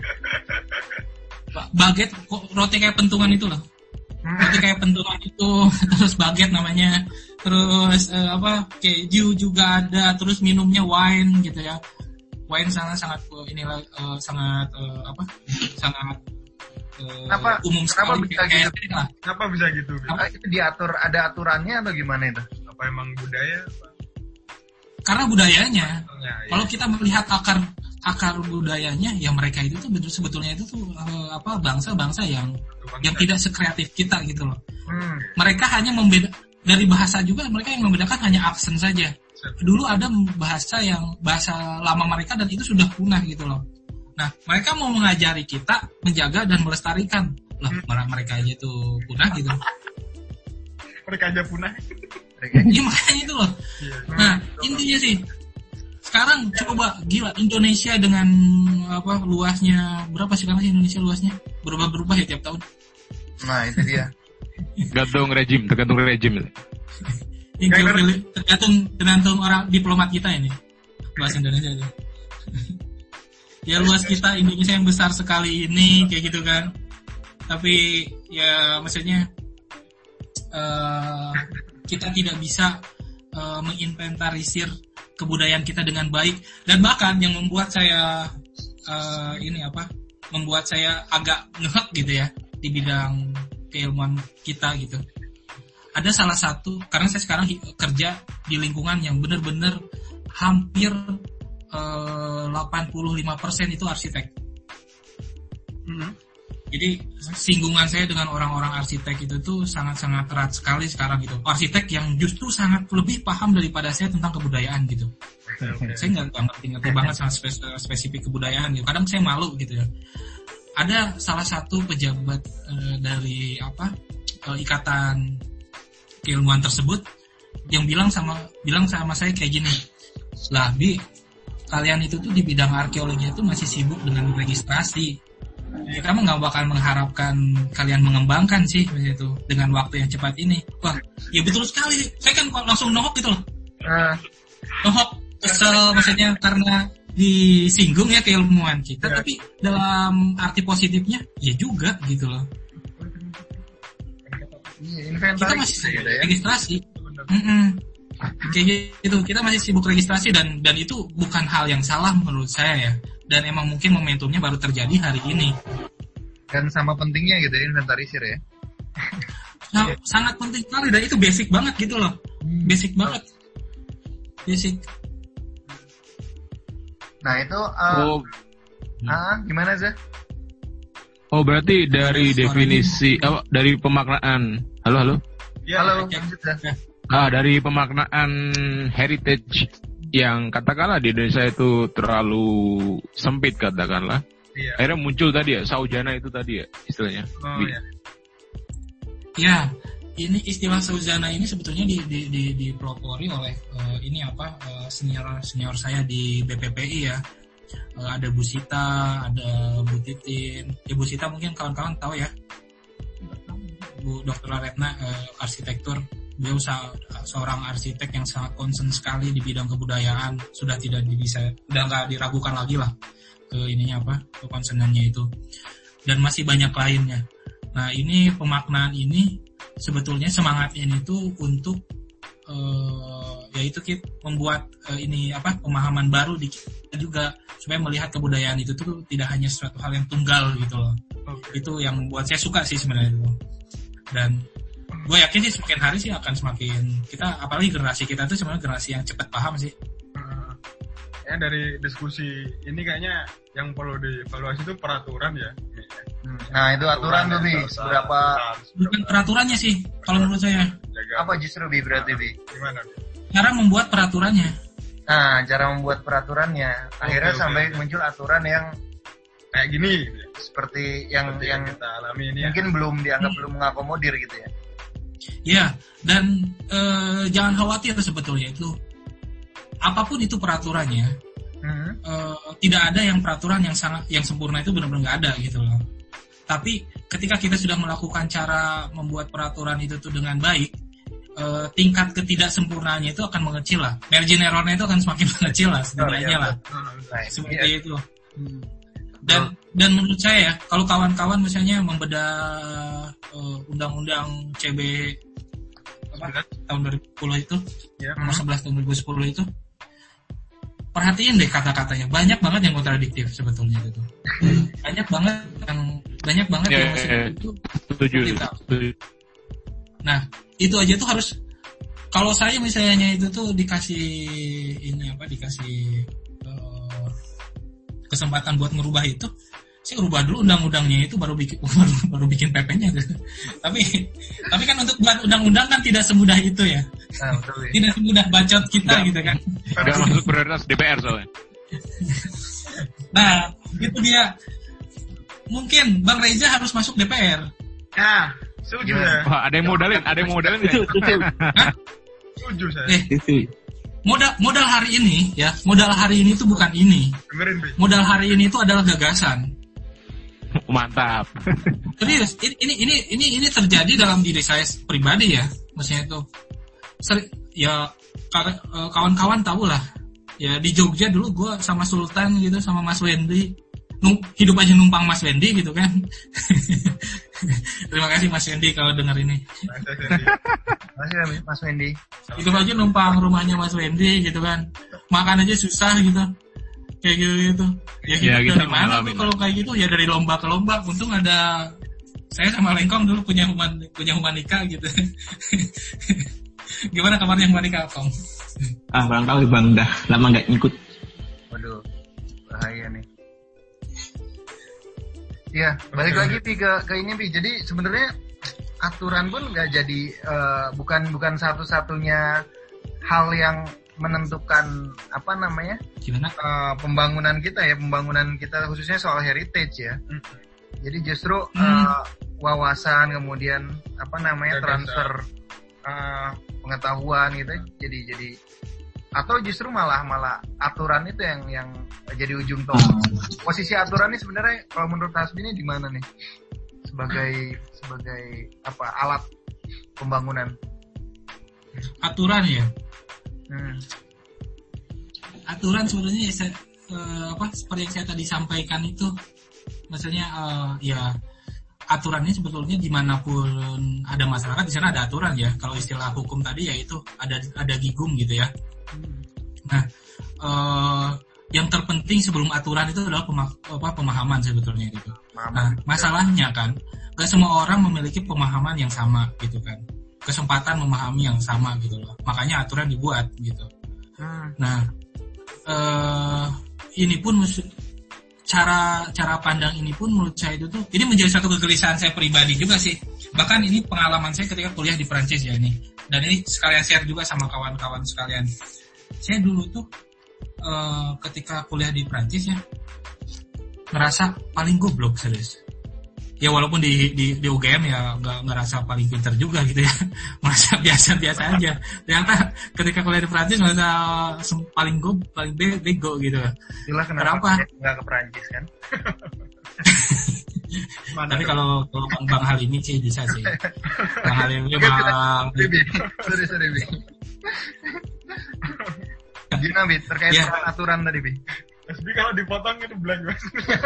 Baget, roti kayak pentungan itu loh. Roti kayak pentungan itu, terus baget namanya, terus keju juga ada, terus minumnya wine gitu ya. Wine sangat umum sekali. Kenapa bisa gitu? Itu diatur, ada aturannya atau gimana itu? Apa emang budaya? Karena budayanya. Ya. Kalau kita melihat akar budayanya, ya mereka itu tuh sebetulnya itu tuh bangsa-bangsa yang tidak sekreatif kita gitu loh. Mereka hanya dari bahasa juga, mereka yang membedakan hanya aksen saja. Dulu ada bahasa lama mereka dan itu sudah punah gitu loh. Nah, mereka mau mengajari kita menjaga dan melestarikan. Lah, mereka aja tuh punah gitu. Mereka aja punah. Iya, makanya itu loh. Nah, intinya sih, sekarang coba gila Indonesia dengan luasnya berapa sekarang sih Indonesia luasnya? Berubah ya tiap tahun. Nah, itu dia. Tergantung rejim. Tergantung orang diplomat kita ini bahasa Indonesia itu. Ya luas kita Indonesia yang besar sekali ini kayak gitu kan. Tapi ya maksudnya kita tidak bisa menginventarisir kebudayaan kita dengan baik, dan bahkan yang membuat saya membuat saya agak ngehek gitu ya di bidang keilmuan kita gitu. Ada salah satu, karena saya sekarang kerja di lingkungan yang benar-benar hampir 85% itu arsitek. Jadi singgungan saya dengan orang-orang arsitek itu tuh sangat-sangat erat sekali sekarang gitu. Arsitek yang justru sangat lebih paham daripada saya tentang kebudayaan gitu. Saya nggak ngerti banget sama spesifik kebudayaan gitu. Kadang saya malu gitu ya. Ada salah satu pejabat dari ikatan keilmuan tersebut yang bilang sama saya kayak gini, lah Bi, kalian itu tuh di bidang arkeologi itu masih sibuk dengan registrasi. Kita mah nggak bakal mengharapkan kalian mengembangkan sih begitu dengan waktu yang cepat ini. Wah, ya betul sekali. Saya kan langsung nohok gitu loh. Nohok, kesel maksudnya karena disinggung ya keilmuan kita, tapi dalam arti positifnya ya juga gitu loh. Kita masih registrasi. Kayak gitu, kita masih sibuk registrasi dan itu bukan hal yang salah menurut saya ya. Dan emang mungkin momentumnya baru terjadi hari ini. Dan sama pentingnya gitu ya, inventarisir ya. Sangat penting sekali, dan itu basic banget gitu loh. Basic banget. Basic. Nah itu gimana Zah? Oh berarti dari definisi dari pemaknaan. Halo? Ya, halo. Dari pemaknaan heritage yang katakanlah di Indonesia itu terlalu sempit katakanlah. Iya. Akhirnya muncul tadi ya, saujana itu tadi ya istilahnya. Oh iya. Ya, ini istilah saujana ini sebetulnya dipelopori oleh senior saya di BPPI ya. Ada Bu Sita, ada Bu Titin. Ya Bu Sita mungkin kawan-kawan tahu ya. Bu Dr. Retna arsitektur. Beliau seorang arsitek yang sangat concern sekali di bidang kebudayaan, sudah nggak diragukan lagi lah ke concernannya itu, dan masih banyak lainnya. Nah ini pemaknaan ini sebetulnya semangat ini tuh untuk yaitu kita membuat pemahaman baru di kita juga, supaya melihat kebudayaan itu tuh tidak hanya suatu hal yang tunggal gitu loh. Itu yang membuat saya suka sih sebenarnya itu. Dan gue yakin sih semakin hari sih akan semakin kita, apalagi generasi kita tuh sebenarnya generasi yang cepat paham sih. Ya dari diskusi ini kayaknya yang perlu dievaluasi itu peraturan ya. Nah itu aturan tuh Bi, berapa? Bukan peraturannya sih kalau menurut saya. Apa justru Bi berarti Bi? Gimana Bi? Cara membuat peraturannya. Nah cara membuat peraturannya, akhirnya sampai muncul aturan yang kayak gini. Seperti yang kita alami ini mungkin belum dianggap belum mengakomodir gitu ya. Ya, dan jangan khawatir sebetulnya itu. Apapun itu peraturannya, tidak ada yang peraturan yang sempurna itu benar-benar nggak ada gitu loh. Tapi ketika kita sudah melakukan cara membuat peraturan itu tuh dengan baik, tingkat ketidaksempurnaannya itu akan mengecil lah. Margin errornya itu akan semakin mengecil lah setidaknya lah. Seperti itu. Dan menurut saya ya, kalau kawan-kawan misalnya membedah undang-undang CB tahun 2010 itu, nomor 11 tahun 2010 itu, perhatiin deh kata-katanya, banyak banget yang kontradiktif sebetulnya itu. Banyak banget yang masih itu. Setuju. Nah, itu aja tuh harus, kalau saya misalnya itu tuh dikasih kesempatan buat ngerubah itu, saya rubah dulu undang-undangnya itu baru bikin PP-nya gitu. Tapi kan untuk buat undang-undang kan tidak semudah itu ya. Nah, betul, ya. Tidak semudah bacot kita gitu kan. Udah masuk prioritas DPR soalnya. Nah, itu dia. Mungkin Bang Reza harus masuk DPR. Nah, setuju ya. Wah, ada yang modalin Itu. Setuju saya. Modal hari ini ya, modal hari ini itu bukan ini. Modal hari ini itu adalah gagasan. Mantap. Serius, ini terjadi dalam diri saya pribadi ya, maksudnya itu. Ya kawan-kawan tahu lah, Ya di Jogja dulu gue sama Sultan gitu, sama Mas Wendy. Hidup aja numpang Mas Wendy gitu kan. Terima kasih Mas Wendy kalau dengar ini. Masih Mas Wendy. Hidup aja numpang rumahnya Mas Wendy gitu kan. Makan aja susah gitu. Kayak gitu. Ya hidup dari mana tuh kalau kayak gitu? Ya dari lomba ke lomba. Untung ada saya sama Lengkong dulu punya humanika gitu. Gimana kabarnya humanika, Kong? Kurang tahu Bang, dah lama nggak ngikut. Waduh, bahaya nih. Iya, balik lagi Pi ke ini Pi. Jadi sebenarnya aturan pun nggak jadi bukan satu-satunya hal yang menentukan apa namanya pembangunan kita khususnya soal heritage ya. Jadi justru wawasan kemudian apa namanya transfer pengetahuan gitu jadi atau justru malah aturan itu yang jadi ujung tombak. Posisi aturan ini sebenarnya kalau menurut Hasbi ini di mana nih sebagai apa alat pembangunan? Aturan ya. Aturan sebenarnya seperti yang saya tadi sampaikan itu, maksudnya ya aturannya sebetulnya dimanapun ada masyarakat di sana ada aturan ya. Kalau istilah hukum tadi ya itu ada gigum gitu ya. Nah, yang terpenting sebelum aturan itu adalah pemahaman sebetulnya gitu. Nah, masalahnya kan, gak semua orang memiliki pemahaman yang sama gitu kan. Kesempatan memahami yang sama gitu loh. Makanya aturan dibuat gitu. Nah, ini pun cara pandang ini pun menurut saya itu tuh ini menjadi satu kegelisahan saya pribadi juga sih. Bahkan ini pengalaman saya ketika kuliah di Prancis ya ini. Dan ini sekalian share juga sama kawan-kawan sekalian. Saya dulu tuh ketika kuliah di Prancis ya ngerasa paling goblok serius. Ya walaupun di UGM ya nggak ngerasa paling pintar juga gitu ya, merasa biasa-biasa aja. Ternyata ketika kuliah di Prancis merasa paling bego gitu. Itulah kenapa nggak ke Prancis kan? Tapi kalau Bang Halimi sih bisa sih. Bang Halimi Bang. Sorry Bi. Gimana Bi terkait aturan tadi Bi? Tapi kalau dipotong itu blank Mas.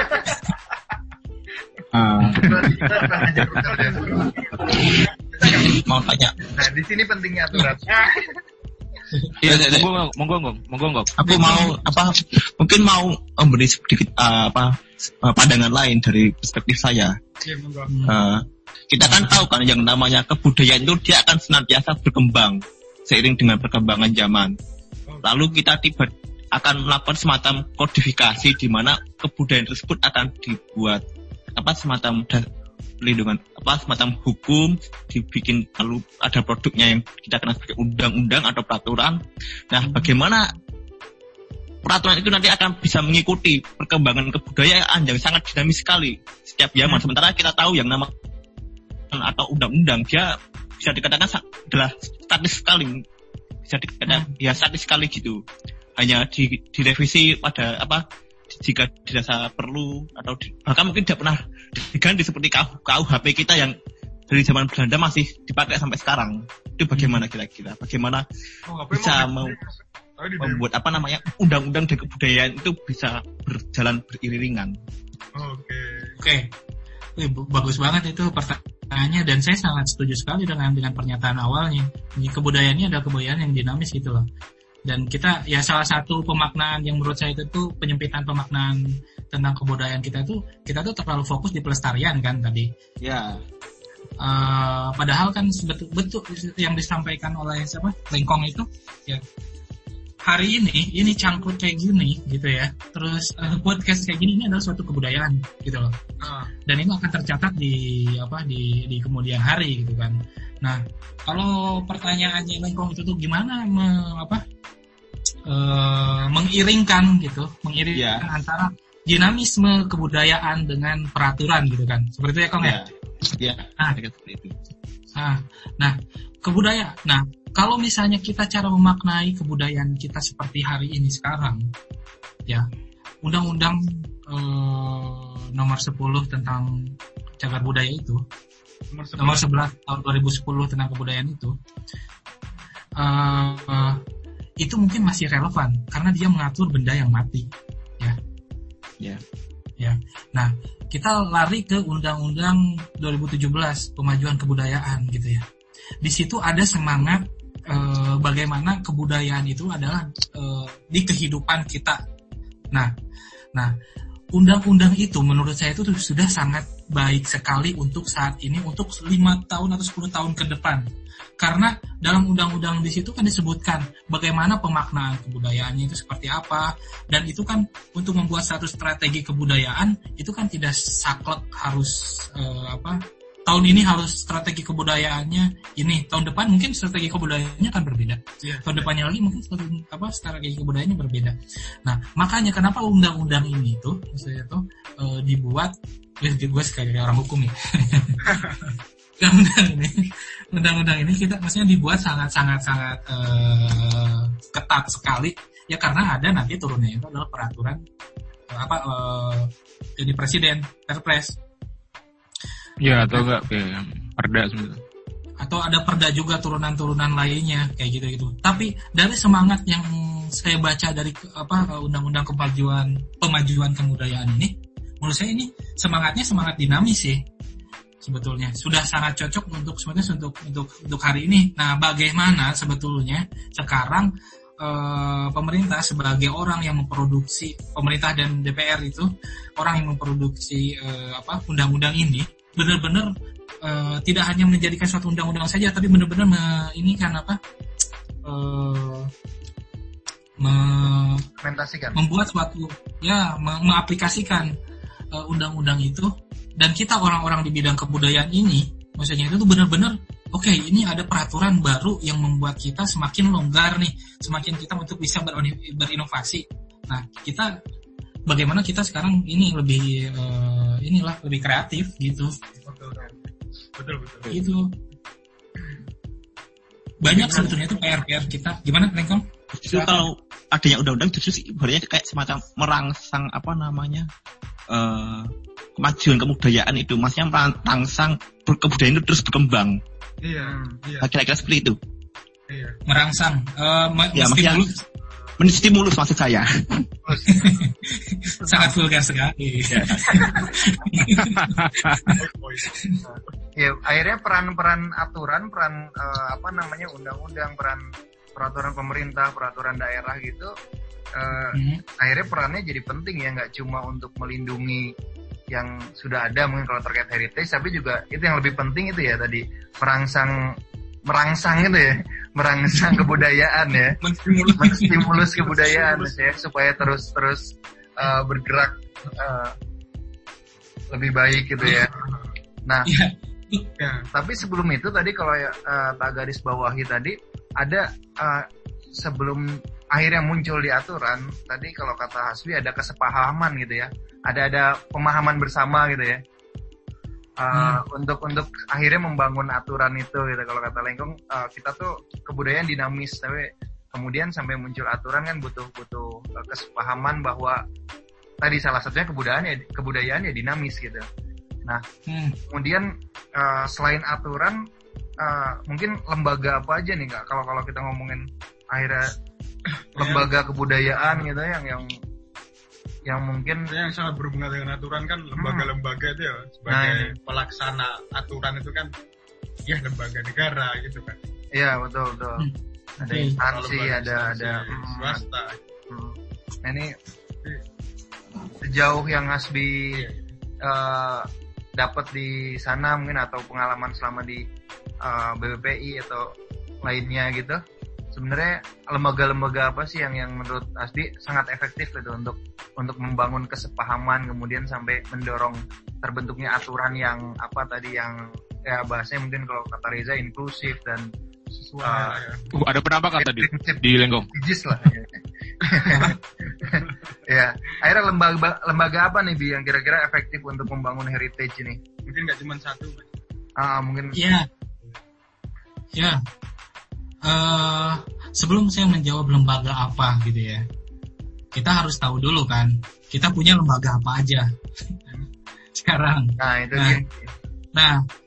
Mau tanya. Nah, di sini pentingnya aturan. Iya, monggo. Aku mau mungkin mau memberi sedikit pandangan lain dari perspektif saya. Kita kan tahu kan yang namanya kebudayaan itu dia akan senantiasa berkembang seiring dengan perkembangan zaman. Lalu kita akan melakukan semacam kodifikasi di mana kebudayaan tersebut akan dibuat semacam pelindungan semacam hukum dibikin, lalu ada produknya yang kita kenal sebagai undang-undang atau peraturan. Nah, bagaimana peraturan itu nanti akan bisa mengikuti perkembangan kebudayaan yang sangat dinamis sekali setiap zaman. Sementara kita tahu yang nama atau undang-undang dia bisa dikatakan adalah statis sekali, bisa dikatakan ya statis sekali gitu. Hanya direvisi pada jika dirasa perlu atau bahkan mungkin tidak pernah diganti seperti KUHP kita yang dari zaman Belanda masih dipakai sampai sekarang. Itu bagaimana kira-kira? Bagaimana bisa membuat undang-undang dan kebudayaan itu bisa berjalan beriringan? Oke. Bagus banget itu pertanyaannya dan saya sangat setuju sekali dengan pernyataan awalnya. Kebudayaan ini adalah kebudayaan yang dinamis gitu loh. Dan kita ya salah satu pemaknaan yang menurut saya itu tuh penyempitan pemaknaan tentang kebudayaan kita tuh terlalu fokus di pelestarian kan tadi. Ya. Padahal kan betul yang disampaikan oleh Lengkong itu ya hari ini cangkrut kayak gini gitu ya. Terus podcast kayak gini ini adalah suatu kebudayaan gitu loh. Dan itu akan tercatat di kemudian hari gitu kan. Nah, kalau pertanyaannya Lengkong itu tuh gimana mengiringkan antara dinamisme kebudayaan dengan peraturan gitu kan. Seperti itu ya Kong ya? Iya. Seperti itu. Nah, kebudayaan. Nah, kalau misalnya kita cara memaknai kebudayaan kita seperti hari ini sekarang ya, Undang-Undang nomor 10 tentang cagar budaya itu nomor 11 tahun 2010 tentang kebudayaan itu itu mungkin masih relevan karena dia mengatur benda yang mati, ya. Ya. Nah, kita lari ke Undang-Undang 2017 Pemajuan Kebudayaan gitu ya. Di situ ada semangat bagaimana kebudayaan itu adalah di kehidupan kita. Nah, undang-undang itu menurut saya itu sudah sangat baik sekali untuk saat ini, untuk 5 tahun atau 10 tahun ke depan. Karena dalam undang-undang di situ kan disebutkan bagaimana pemaknaan kebudayaannya itu seperti apa, dan itu kan untuk membuat satu strategi kebudayaan itu kan tidak saklek harus tahun ini harus strategi kebudayaannya ini, tahun depan mungkin strategi kebudayaannya akan berbeda. Tahun depannya lagi mungkin strategi kebudayaannya berbeda. Nah, makanya kenapa undang-undang ini tuh maksudnya tuh dibuat, gue sekali orang hukum ya. Undang-undang ini kita maksudnya dibuat sangat ketat sekali ya, karena ada nanti turunnya itu adalah peraturan jadi presiden, Perpres. Ya, atau enggak kayak perda sebenarnya. Atau ada perda juga turunan-turunan lainnya kayak gitu-gitu. Tapi dari semangat yang saya baca dari undang-undang pemajuan kebudayaan ini, menurut saya ini semangatnya semangat dinamis sih. Sebetulnya sudah sangat cocok untuk hari ini. Nah, bagaimana sebetulnya sekarang pemerintah sebagai orang yang memproduksi, pemerintah dan DPR itu orang yang memproduksi undang-undang ini benar-benar tidak hanya menjadikan suatu undang-undang saja, tapi benar-benar membuat suatu mengaplikasikan undang-undang itu. Dan kita orang-orang di bidang kebudayaan ini, maksudnya itu tuh benar-benar oke, ini ada peraturan baru yang membuat kita semakin longgar nih, semakin kita untuk bisa berinovasi. Nah, bagaimana kita sekarang ini lebih lebih kreatif gitu. Betul. Gitu. Banyak sebetulnya itu PR kita. Gimana, Lengkong? Justru kalau adanya undang-undang justru sebenarnya kayak semacam merangsang kemajuan kebudayaan itu, maksudnya merangsang kebudayaan itu terus berkembang. Iya. Kira-kira seperti itu. Iya. Merangsang, menstimulus maksud saya. Sangat vulgar sekali. Ya, akhirnya peran aturan, undang-undang, peraturan pemerintah, peraturan daerah gitu. Akhirnya perannya jadi penting ya, nggak cuma untuk melindungi yang sudah ada mungkin kalau terkait heritage, tapi juga itu yang lebih penting itu ya tadi merangsang itu ya, merangsang kebudayaan ya, menstimulus kebudayaan ya, supaya terus bergerak lebih baik gitu ya. Nah, tapi sebelum itu tadi kalau tak garis bawahi tadi ada sebelum akhirnya muncul di aturan tadi, kalau kata Hasbi ada kesepahaman gitu ya, ada pemahaman bersama gitu ya, untuk akhirnya membangun aturan itu gitu. Kalau kata Lengkong, kita tuh kebudayaan dinamis, tapi kemudian sampai muncul aturan kan butuh kesepahaman bahwa tadi salah satunya kebudayaan ya dinamis gitu. Nah, kemudian selain aturan, mungkin lembaga apa aja nih Kak, kalau kita ngomongin akhirnya lembaga kebudayaan gitu yang mungkin yang sangat berhubungan dengan aturan kan lembaga-lembaga itu ya, sebagai pelaksana aturan itu kan ya lembaga negara gitu kan. Iya, betul. Ada instansi, ada swasta. Nah, ini sejauh yang Hasbi dapat di sana mungkin, atau pengalaman selama di BPPI atau lainnya gitu, sebenarnya lembaga-lembaga apa sih yang menurut Hasbi sangat efektif gitu untuk membangun kesepahaman, kemudian sampai mendorong terbentuknya aturan yang ya bahasanya mungkin kalau kata Reza inklusif dan sesuai. Ada penampakan tadi di Lenggong. Bijis lah. Ya, akhirnya lembaga apa nih Bi yang kira-kira efektif untuk membangun heritage ini? Mungkin nggak cuma satu. Mungkin. Iya. Ya. Sebelum saya menjawab lembaga apa gitu ya, kita harus tahu dulu kan, kita punya lembaga apa aja sekarang.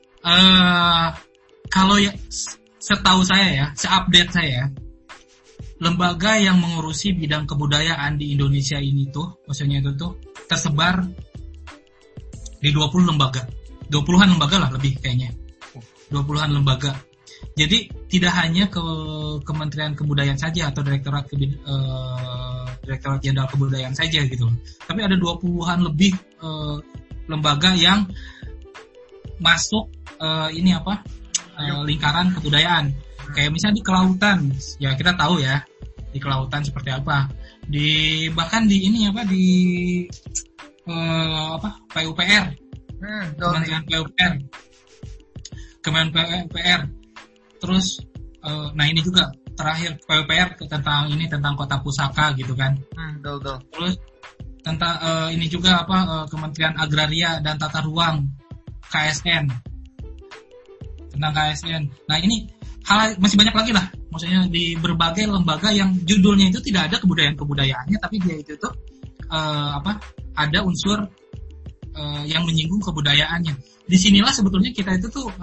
Kalau ya setahu saya ya, seupdate saya, lembaga yang mengurusi bidang kebudayaan di Indonesia ini tuh, maksudnya itu tuh tersebar di 20 lembaga. 20-an lembaga lah lebih kayaknya. 20-an lembaga. Jadi tidak hanya ke Kementerian Kebudayaan saja atau Direktorat Jenderal Kebudayaan saja gitu. Tapi ada 20-an lebih lembaga yang masuk lingkaran kebudayaan. Kayak misalnya di kelautan, ya kita tahu ya di kelautan seperti apa. Bahkan di PUPR, Kementerian PUPR. Terus, nah ini juga terakhir PUPR tentang kota pusaka gitu kan. Terus tentang ini juga Kementerian Agraria dan Tata Ruang, KSN, tentang KSN. Nah ini hal masih banyak lagi lah. Maksudnya di berbagai lembaga yang judulnya itu tidak ada kebudayaannya, tapi dia itu tuh ada unsur yang menyinggung kebudayaannya. Disinilah sebetulnya kita itu tuh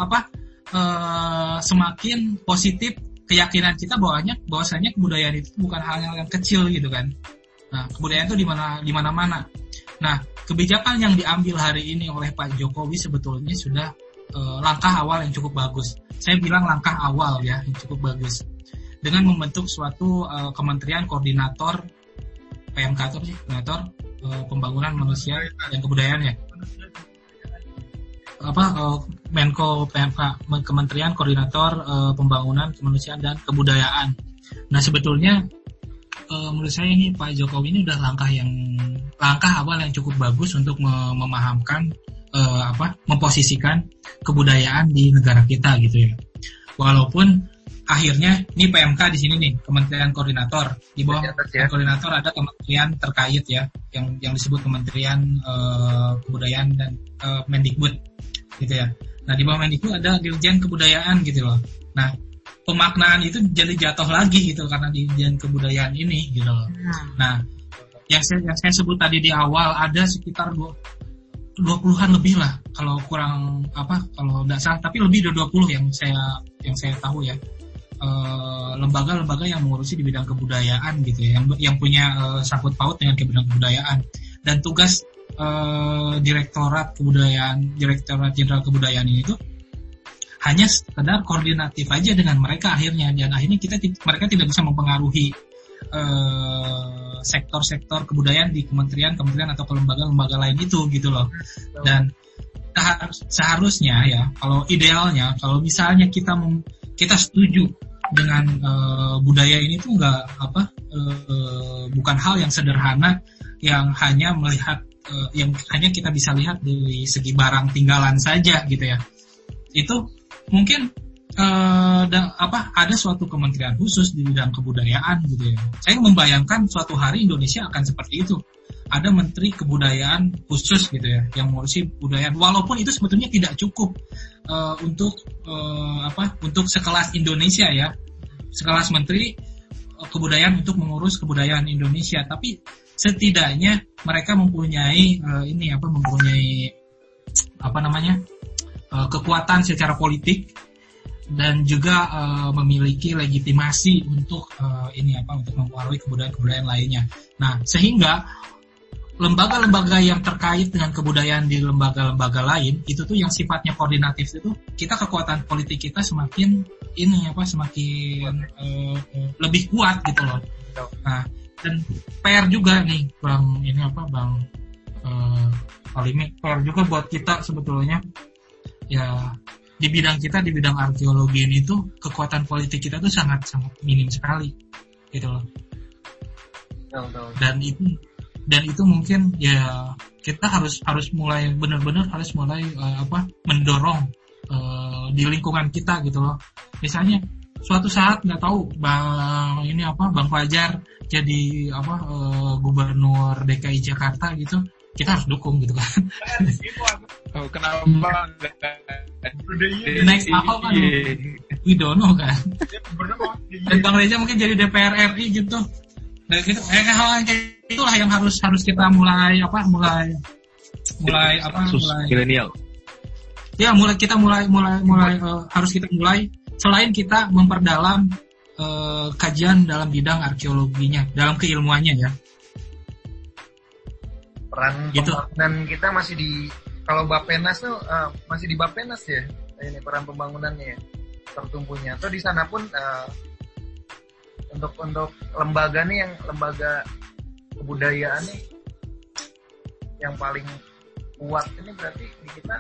semakin positif keyakinan kita bahwasanya kebudayaan itu bukan hal yang kecil gitu kan. Nah, kebudayaan itu di mana-mana. Nah, kebijakan yang diambil hari ini oleh Pak Jokowi sebetulnya sudah langkah awal yang cukup bagus. Saya bilang langkah awal ya yang cukup bagus. Dengan membentuk suatu kementerian koordinator PMK atau koordinator pembangunan manusia dan kebudayaan ya. Menko PMK, Kementerian Koordinator Pembangunan Kemanusiaan dan Kebudayaan. Nah sebetulnya menurut saya ini Pak Jokowi ini udah langkah awal yang cukup bagus untuk memahamkan memposisikan kebudayaan di negara kita gitu ya. Walaupun akhirnya ini PMK di sini nih Kementerian Koordinator, di bawah Koordinator ada kementerian terkait ya yang disebut Kementerian Kebudayaan dan Mendikbud gitu ya. Nah di bawah Mendikbud ada Dirjen Kebudayaan gitu loh. Nah pemaknaan itu jadi jatuh lagi gitu karena Dirjen Kebudayaan ini gitu loh. Nah yang saya sebut tadi di awal ada sekitar 20-an lebih lah kalau kurang kalau tidak salah, tapi lebih dari 20 yang saya tahu ya. Lembaga-lembaga yang mengurusi di bidang kebudayaan gitu ya, yang punya sangkut paut dengan bidang kebudayaan. Dan tugas Direktorat Jenderal Kebudayaan ini tuh hanya sekedar koordinatif aja dengan mereka akhirnya, dan akhirnya mereka tidak bisa mempengaruhi sektor-sektor kebudayaan di kementerian atau lembaga-lembaga lain itu gitu loh. Dan seharusnya ya, kalau idealnya, kalau misalnya kita setuju dengan budaya ini tuh bukan hal yang sederhana yang hanya melihat yang hanya kita bisa lihat dari segi barang tinggalan saja gitu ya. Itu mungkin ada suatu kementerian khusus di bidang kebudayaan gitu ya. Saya membayangkan suatu hari Indonesia akan seperti itu. Ada menteri kebudayaan khusus gitu ya yang mengurusi kebudayaan, walaupun itu sebetulnya tidak cukup untuk sekelas Indonesia ya, sekelas menteri kebudayaan untuk mengurus kebudayaan Indonesia, tapi setidaknya mereka mempunyai kekuatan secara politik dan juga memiliki legitimasi untuk untuk mempengaruhi kebudayaan lainnya. Nah, sehingga lembaga-lembaga yang terkait dengan kebudayaan di lembaga-lembaga lain itu tuh yang sifatnya koordinatif itu, kita kekuatan politik kita semakin lebih kuat gitu loh. Nah, dan PR juga nih Bang Alimi, PR juga buat kita sebetulnya ya, di bidang arkeologi ini tuh kekuatan politik kita tuh sangat minim sekali gitu loh. Dan itu mungkin ya kita harus mulai benar-benar mendorong di lingkungan kita gitu loh. Misalnya suatu saat nggak tahu Bang Fajar jadi gubernur DKI Jakarta gitu, kita harus dukung gitu kan. Oh, kenapa? Next Ahok kan Widono kan. Dan Bang Reza mungkin jadi DPR RI gitu. Dan gitu, hal itulah yang harus kita mulai milenial. Ya, harus kita mulai selain kita memperdalam kajian dalam bidang arkeologinya, dalam keilmuannya ya. Peran gitu. Pembangunan kita masih di, kalau Bappenas tuh masih di Bappenas ya, ini peran pembangunannya ya, tertumpunya. Atau di sana pun untuk lembaga nih, yang lembaga kebudayaan nih yang paling kuat ini berarti di kita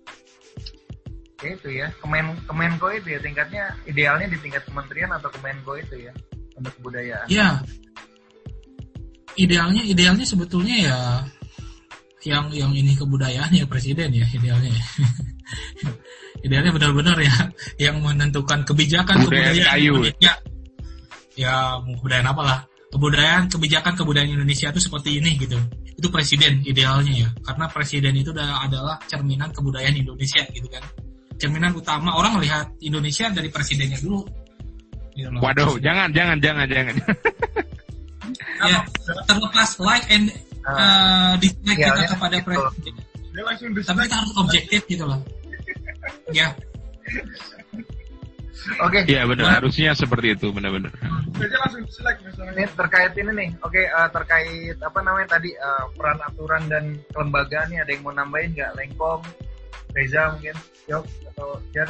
ya itu ya, Kemenko itu ya, tingkatnya idealnya di tingkat kementerian atau Kemenko itu ya untuk kebudayaan. Iya. Idealnya sebetulnya ya yang ini kebudayaan ya presiden ya idealnya. Idealnya benar-benar ya yang menentukan kebijakan kebudayaan Indonesia. Ya kebudayaan apalah, kebijakan kebudayaan Indonesia itu seperti ini gitu. Itu presiden idealnya ya, karena presiden itu adalah cerminan kebudayaan Indonesia gitu kan. Cerminan utama, orang melihat Indonesia dari presidennya dulu. Gitu loh. Waduh, jangan. Ya, terlepas like and dislike kita kepada gitu. presiden. Tapi kita harus objektif gitu loh. Ya. Oke. Iya benar, harusnya seperti itu, benar-benar. Jadi langsung dislike misalnya. Ini terkait ini nih. Oke, terkait apa namanya tadi peran aturan dan kelembagaan nih, ada yang mau nambahin nggak? Lengkong, Reza mungkin, Yok atau Jar?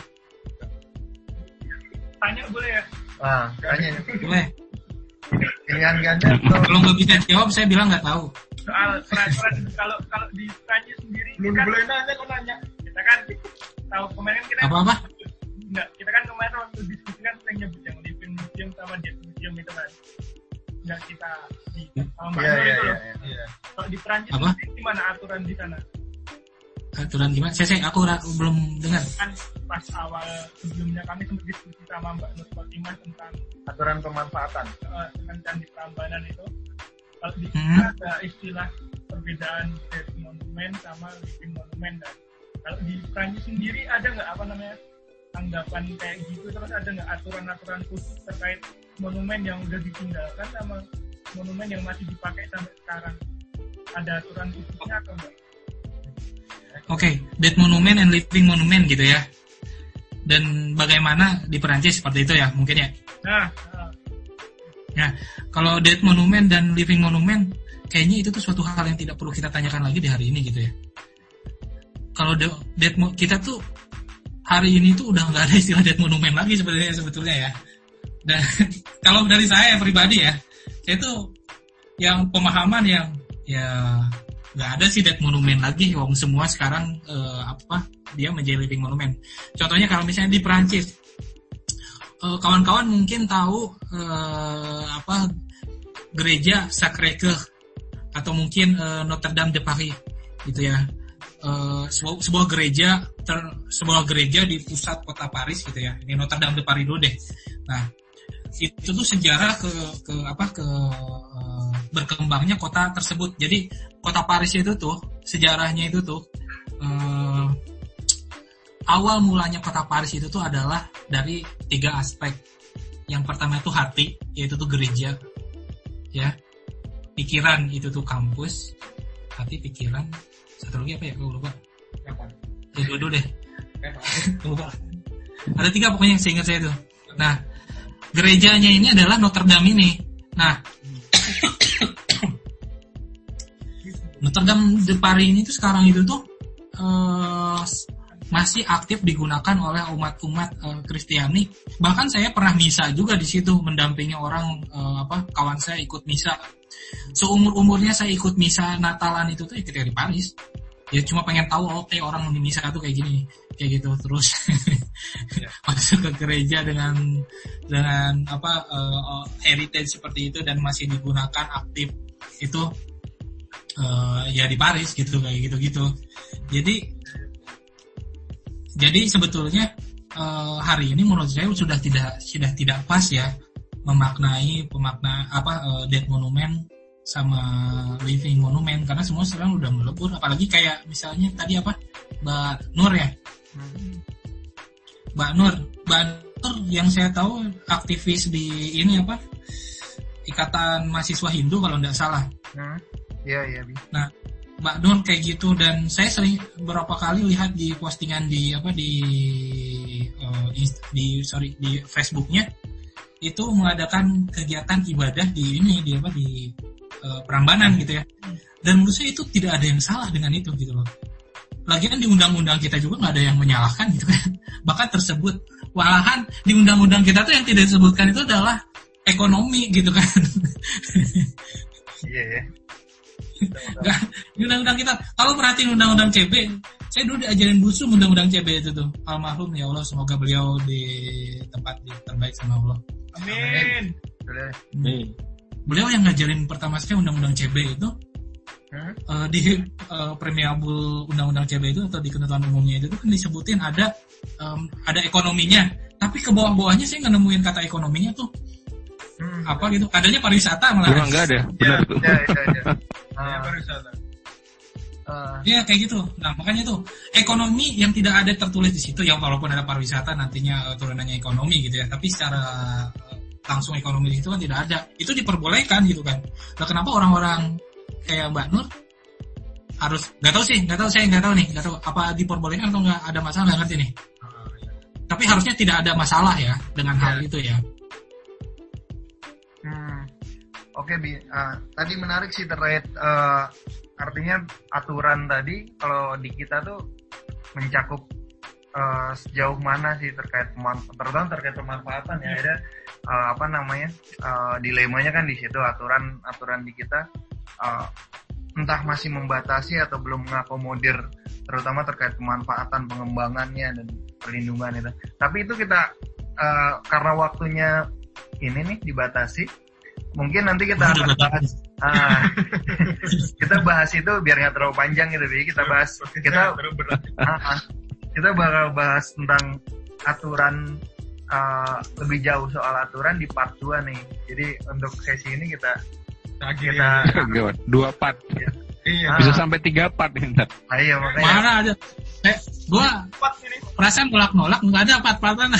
Tanya boleh ya? Tanya. Boleh. Pilihan ganda. Kalau nggak bisa jawab, saya bilang nggak tahu. Soal peran kalau di Prancis sendiri, Belum kan, boleh nanya, kok nanya. Kita kan tahu kemarin kita Apa? kita kan kemarin waktu diskusi kan sering nyebut yang living museum sama dead museum itu kan. Nggak kita di sama Mbak Nur itu loh. Iya. Kalau di Prancis Apa? sendiri gimana aturan di sana? Aturan gimana? Aku belum dengar. Kan pas awal sebelumnya kami sempat diskusi sama Mbak Nur Fatimah tentang Aturan pemanfaatan. tentang Candi Prambanan itu. Kalau di sana ada istilah perbedaan dead monument sama living monument. Dan kalau di Prancis sendiri ada nggak apa namanya tanggapan kayak gitu, terus ada nggak aturan-aturan khusus terkait monumen yang udah ditinggalkan sama monumen yang masih dipakai sampai sekarang? Ada aturan khususnya atau enggak? Oke, dead monument and living monument gitu ya. Dan bagaimana di Perancis seperti itu ya mungkin ya. Nah, kalau dead monument dan living monument kayaknya itu tuh suatu hal yang tidak perlu kita tanyakan lagi di hari ini gitu ya. Kalau kita tuh hari ini tuh udah nggak ada istilah dead monument lagi sebetulnya ya. Dan kalau dari saya pribadi ya, saya tuh yang pemahaman yang ya nggak ada sih dead monument lagi. Wong semua sekarang dia menjadi living monument. Contohnya kalau misalnya di Perancis, kawan-kawan mungkin tahu gereja Sacré-Cœur atau mungkin Notre Dame de Paris gitu ya. Sebuah gereja di pusat kota Paris gitu ya. Ini Notre Dame de Paris dulu deh. Nah, itu tuh sejarah berkembangnya kota tersebut. Jadi kota Paris itu tuh sejarahnya itu tuh awal mulanya kota Paris itu tuh adalah dari 3 aspek. Yang pertama itu hati, yaitu tuh gereja, ya. Pikiran itu tuh kampus, hati, pikiran. Satu lagi apa ya? Gue lupa. Dua deh. Lupa. Ada 3 pokoknya yang seingat saya tuh. Nah, gerejanya ini adalah Notre Dame ini. Nah, Notre Dame de Paris ini tuh sekarang itu tuh masih aktif digunakan oleh umat-umat Kristiani. Bahkan saya pernah misa juga di situ, mendampingi orang kawan saya ikut misa. Seumur-umurnya saya ikut misa Natalan itu tuh ketika di Paris. Ya cuma pengen tahu orang di misa tuh kayak gini, kayak gitu terus. Masuk ke gereja dengan heritage seperti itu dan masih digunakan aktif itu ya di Paris gitu kayak gitu. Jadi sebetulnya hari ini menurut saya sudah tidak pas ya memaknai dead monument sama living monument, karena semua sekarang udah melebur. Apalagi kayak misalnya tadi Mbak Nur ya, Mbak Nur yang saya tahu aktivis di ini Ikatan Mahasiswa Hindu kalau nggak salah. Iya. Nah, Mbak Nur kayak gitu, dan saya sering beberapa kali lihat di postingan di Facebooknya itu mengadakan kegiatan ibadah di Prambanan gitu ya. Dan menurut saya itu tidak ada yang salah dengan itu gitu loh. Lagian di undang-undang kita juga nggak ada yang menyalahkan gitu kan. Bahkan tersebut, malahan di undang-undang kita tuh yang tidak disebutkan itu adalah ekonomi gitu kan. Iya ya. Nggak, di undang-undang kita, kalau perhatiin undang-undang CB, saya dulu diajarin busum undang-undang CB itu tuh. Almarhum ya Allah, semoga beliau di tempat terbaik sama Allah. Amin. Beliau yang ngajarin pertama sekali undang-undang CB itu. Di preambul undang-undang CB itu atau di ketentuan umumnya itu kan disebutin ada ekonominya, tapi ke bawah-bawahnya saya nggak nemuin kata ekonominya tuh apa gitu, adanya pariwisata malah. Enggak ada, benar tuh. Ya, pariwisata. Ya kayak gitu. Nah makanya tuh ekonomi yang tidak ada tertulis di situ, yang walaupun ada pariwisata nantinya turunannya ekonomi gitu ya, tapi secara langsung ekonomi itu kan tidak ada. Itu diperbolehkan gitu kan. Nah kenapa orang-orang kayak Mbak Nur harus nggak tahu apa diperbolehkan atau nggak ada masalah, nggak ngerti nih. Tapi harusnya tidak ada masalah ya dengan hal itu ya. Oke, tadi menarik sih terkait artinya aturan tadi kalau di kita tuh mencakup sejauh mana sih terkait terutama terkait pemanfaatan ya. Ada dilemanya kan di situ, aturan di kita entah masih membatasi atau belum mengakomodir terutama terkait pemanfaatan, pengembangannya dan perlindungan itu. Tapi itu kita karena waktunya ini nih dibatasi, mungkin nanti kita akan bahas kita bahas itu biar nggak terlalu panjang gitu, Bi. Kita bahas kita bakal bahas tentang aturan lebih jauh soal aturan di part 2 nih. Jadi untuk sesi ini kita 2 part. Iya. Bisa sampai 3 part nih. Iya makanya. Mana aja. Gua perasaan nolak nggak ada part-partan.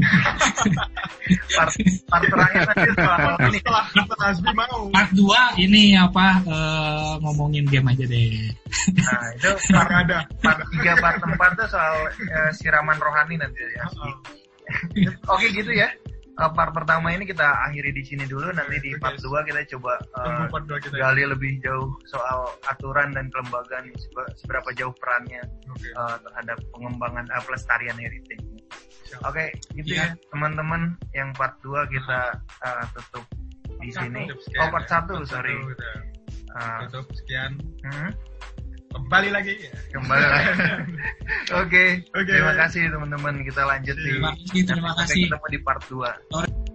part terakhir nanti setelah Hasbi mau. Part 2 ini ngomongin game aja deh. Nah, itu part 3 part 4 tuh soal siraman rohani nanti ya. Oke gitu ya. Part pertama ini kita akhiri di sini dulu, nanti di part 2 kita coba gali lebih jauh soal aturan dan kelembagaan, seberapa jauh perannya terhadap pengembangan pelestarian heritage. Oke, gitu ya teman-teman, yang part 2 kita tutup di sini. Part 1 sorry. Tutup sekian. Kembali lagi. Oke. Terima kasih teman-teman. Kita lanjut Terima kasih. Kita ketemu di part 2.